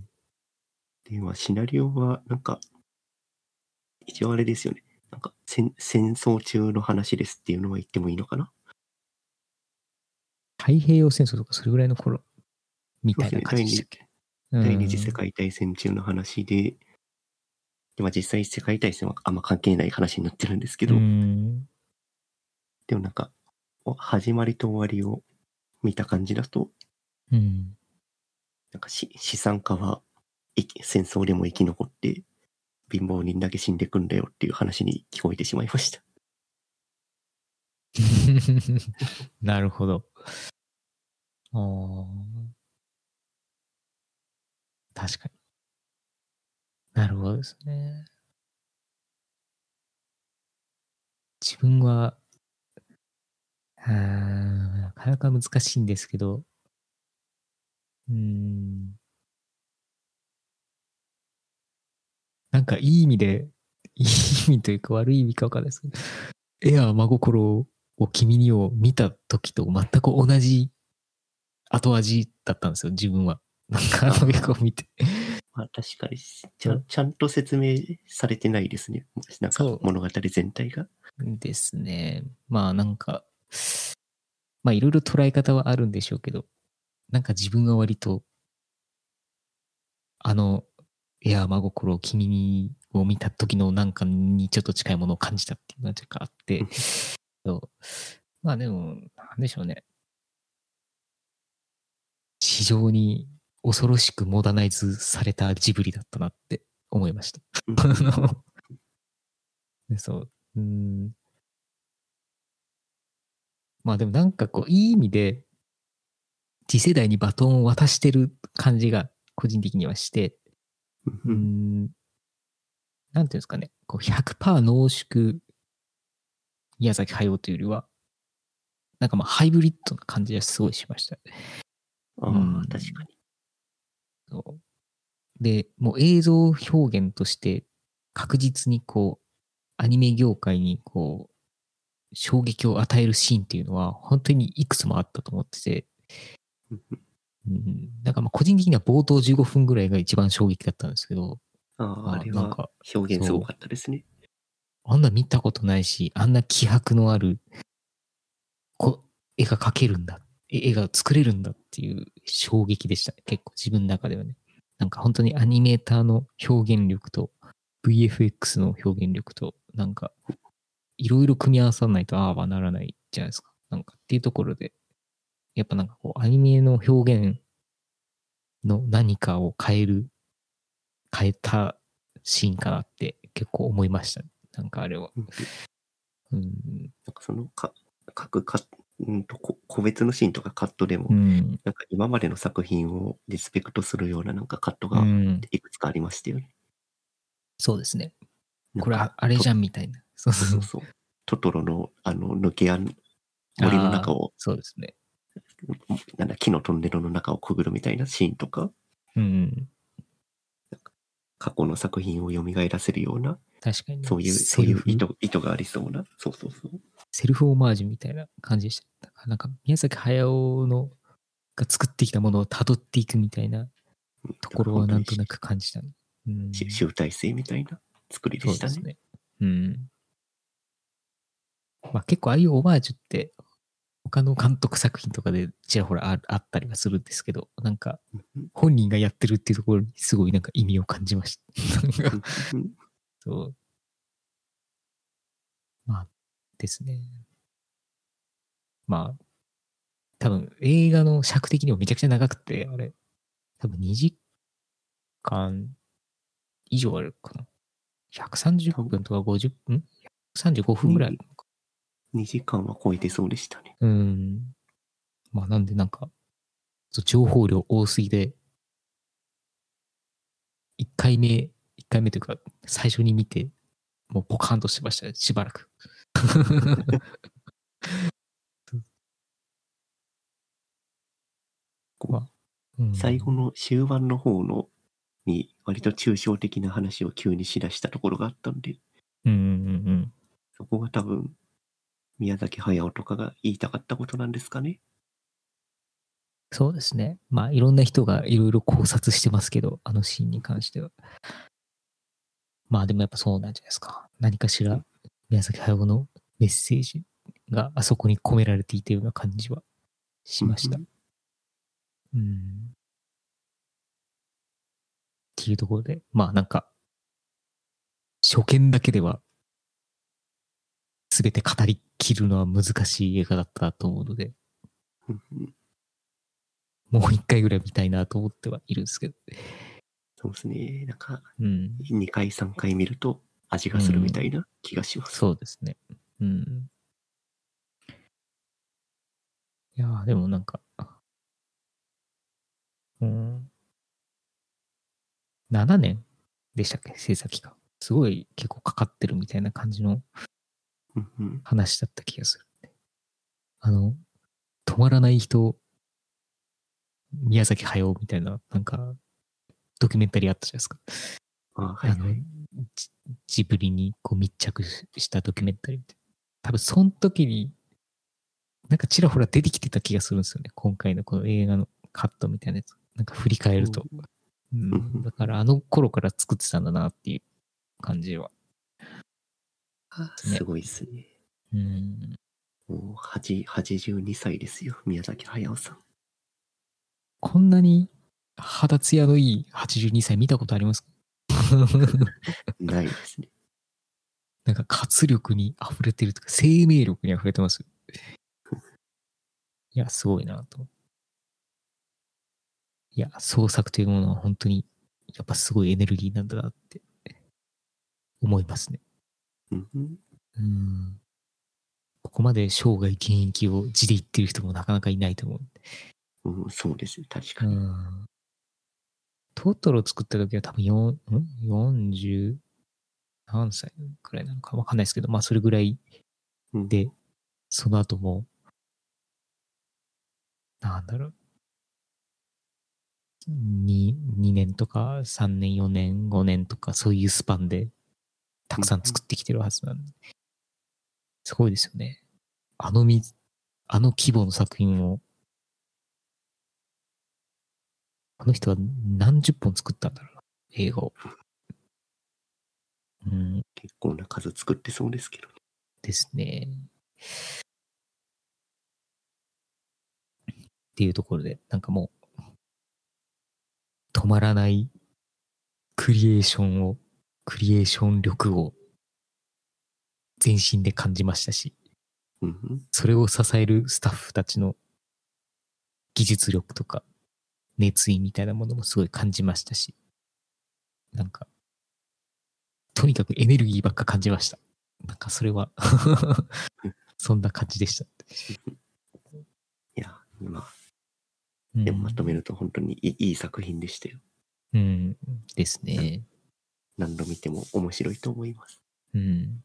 で、まあ、シナリオは、なんか、一応あれですよね。なんか戦、戦争中の話ですっていうのは言ってもいいのかな？ 太平洋戦争とかそれぐらいの頃みたいな感じでしたっけ？ 第二次世界大戦中の話で、でまあ、実際世界大戦はあんま関係ない話になってるんですけど、でもなんか、始まりと終わりを見た感じだと、 うん、 なんかし資産家は生き戦争でも生き残って貧乏人だけ死んでくんだよっていう話に聞こえてしまいました。 なるほど。あー確かに。なるほどですね。自分は、あーなかなか難しいんですけど、うーん、なんかいい意味で、いい意味というか悪い意味かわかんないですけど、エアー真心を君にを見た時と全く同じ後味だったんですよ、自分は。なんかあの映画を見て。 まあ確かにちゃん、ちゃんと説明されてないですね。なんかそう物語全体が。 ですね。まあなんか、まあいろいろ捉え方はあるんでしょうけど、なんか自分は割と、あの、エアー真心を君にを見た時のなんかにちょっと近いものを感じたっていうのがちょっとあって、そうまあでも、なんでしょうね。非常に恐ろしくモダナイズされたジブリだったなって思いました。あのでそう。うん。まあでもなんかこう、いい意味で、次世代にバトンを渡してる感じが個人的にはして、うーん、なんていうんですかね、こうひゃくパーセント濃縮宮崎駿というよりは、なんかまあハイブリッドな感じがすごいしました。 ああ、 うん確かに。 そうで、もう映像表現として確実にこう、アニメ業界にこう、衝撃を与えるシーンっていうのは本当にいくつもあったと思ってて、うん、なんかまあ個人的には冒頭じゅうごふんぐらいが一番衝撃だったんですけど、 ああ、あれはあなんか、 表現すごそう、 かったですね。 あんな見たことないし、あんな気迫のあるこ絵が描けるんだ、絵が作れるんだっていう衝撃でしたね。結構自分の中ではね。なんか本当にアニメーターの表現力と ブイエフエックス の表現力と、なんかいろいろ組み合わさないとああはならないじゃないですか。なんかっていうところで、やっぱなんかこうアニメの表現の何かを変える、変えたシーンかなって結構思いました。なんかあれは。うん。 なんかそのか各か、うんとこ個別のシーンとかカットでも、 うん。 なんか今までの作品をリスペクトするようななんかカットうがん。 いくつかありましたよね。 そうですね。これなんか、 あれじゃとんみたいな。そうそう。 そうそうそう。トトロのあの抜け穴、森のああ、 中を、 そうですね。 なんだ、木のトンネルの中をくぐるみたいなシーンとか、 うん。 過去の作品を蘇らせるような、 確かにね。 そういう、そういう意セルフ、 図、意図がありそうな、そうそうそう。 セルフオマージュみたいな感じでした。なんか、宮崎駿のが作ってきたものを辿っていくみたいなところは本当になんとなく感じたね。うん。 集大成みたいな作りでしたね。 そうですね。うん。まあ結構ああいうオマージュって他の監督作品とかでちらほらああったりはするんですけど、なんか本人がやってるっていうところにすごいなんか意味を感じました。なんかそう。まあですね。まあ多分映画の尺的にもめちゃくちゃ長くて、あれ、多分にじかん以上あるかな。ひゃくさんじゅっぷんとかごじゅっぷん ?ひゃくさんじゅうごふんぐらいあるのか。 にじかんは超えてそうでしたね。 うん。まあなんでなんか、情報量多すぎで、いっかいめ、いっかいめというか、最初に見て、もうポカーンとしてましたね、しばらく。まあ、うん、 最後の終盤の方のに割と抽象的な話を急にしだしたところがあったんで、 うんうんうん。 そこが多分宮崎駿とかが言いたかったことなんですかね。 そうですね。まあ、いろんな人がいろいろ考察してますけど、あのシーンに関しては。まあ、でもやっぱそうなんじゃないですか。何かしら、宮崎駿のメッセージがあそこに込められていたような感じはしました。うん。っていうところで、まあなんか、初見だけでは全て語りきるのは難しい映画だったと思うので、 もう一回ぐらい見たいなと思ってはいるんですけど。 そうですね。なんか、 うん。 にかい、さんかい見ると味がするみたいな気がします。 そうですね。うん。いやーでもなんか、うん。ななねんでしたっけ制作期間。すごい結構かかってるみたいな感じのうんうん。 話だった気がする。あの、止まらない人、宮崎駿みたいな、なんか、ドキュメンタリーあったじゃないですか。 あはいあの、ジジブリにこう密着したドキュメンタリーみたいな。多分その時に、なんかちらほら出てきてた気がするんですよね。今回のこの映画のカットみたいなやつ。なんか振り返ると。うん、だからあの頃から作ってたんだなっていう感じは。 すごいっすね。 うん。 もうはちはちじゅうにさいですよ、宮崎駿さん。 こんなに肌ツヤのいいはちじゅうにさい見たことありますか？ ないですね。 なんか活力に溢れてるとか、生命力に溢れてます。いや、すごいなと。いや、創作というものは本当に、やっぱすごいエネルギーなんだなって思いますね。 うんうん、 うんここまで生涯現役を地で言ってる人もなかなかいないと思う。 うん、そうですね、確かに。 うんトトロ作った時は多分よん、ん よんじゅう 何歳くらいなのかわかんないですけど、まあそれぐらいうん、 で、その後も、なんだろう、に、にねんとかさんねん、よねん、ごねんとかそういうスパンでたくさん作ってきてるはずなんで、すごいですよね。あのみ、あの規模の作品を、あの人は何十本作ったんだろうな、映画を。うん、 結構な数作ってそうですけどね。 ですね。っていうところで、なんかもう、止まらないクリエーションを、クリエーション力を全身で感じましたし、 うんうん、 それを支えるスタッフたちの技術力とか熱意みたいなものもすごい感じましたし、なんか、とにかくエネルギーばっか感じました。なんかそれはそんな感じでした。 いや、まあ、 うん、 でもまとめると本当にいいいい作品でしたよ。 うん、ですね。 何度見ても面白いと思います。 うん。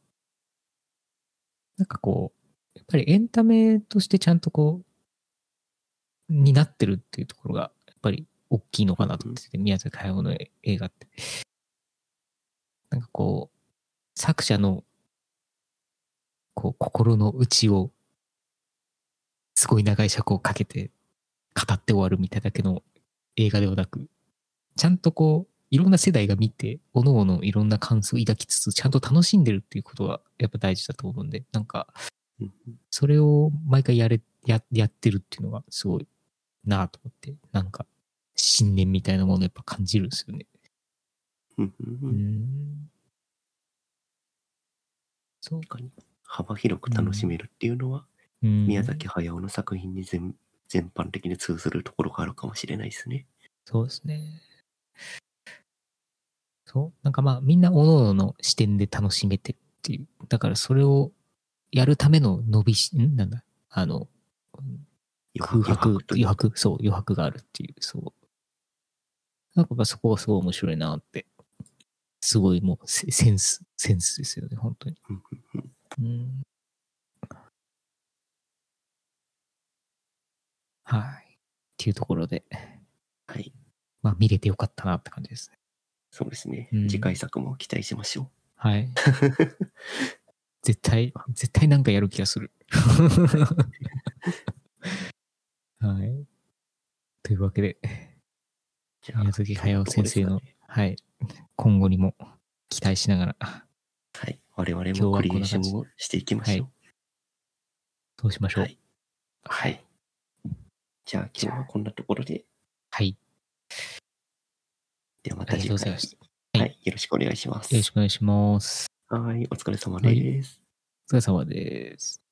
なんかこう、やっぱりエンタメとしてちゃんとこう、になってるっていうところが、やっぱり大きいのかなと思ってて、宮崎駿の映画って。なんかこう、作者のこう心の内をすごい長い尺をかけて語って終わるみたいだけの映画ではなく、ちゃんとこう、いろんな世代が見て、各々いろんな感想を抱きつつ、ちゃんと楽しんでるっていうことがやっぱ大事だと思うんで、なんか、それを毎回やれ、や、やってるっていうのがすごいなぁと思って、なんか、信念みたいなものをやっぱ感じるんですよね。 うんうんううんん。そう。 確かに幅広く楽しめるっていうのは、 うん。 宮崎駿の作品に全全般的に通ずるところがあるかもしれないですね。 そうですね。そう。なんかまあ、みんな各々の視点で楽しめてるっていう。だからそれをやるための伸びし、んなんだあの、空余白、 白というか。 余白、そう、余白があるっていう、そう。なんかそこがすごい面白いなって。すごいもうセセンス、センスですよね、本当に。 うんうんうんうん。はい。っていうところで、 はい。 まあ見れてよかったなって感じですね。 そうですね。 うん次回作も期待しましょはい。 う。 絶対、絶対なんかやる気がする。はい。というわけで、 じゃあ、 宮崎そんな駿とこ先生の、 ですかね。 はい、今後にも期待しながら、 はい。我々 今日はもクリエーこんな感じ。 ションをしていきまはい。 しょう。 そうしましょう。 はい。はい。じゃあ今日はこんなところで、 はい。 ではまありがとた次回、 うございました。はい。 はい、よろしくお願いしまよろしす。 くお願いします。 はい、お疲れ様はい。 です。 お疲れ様です。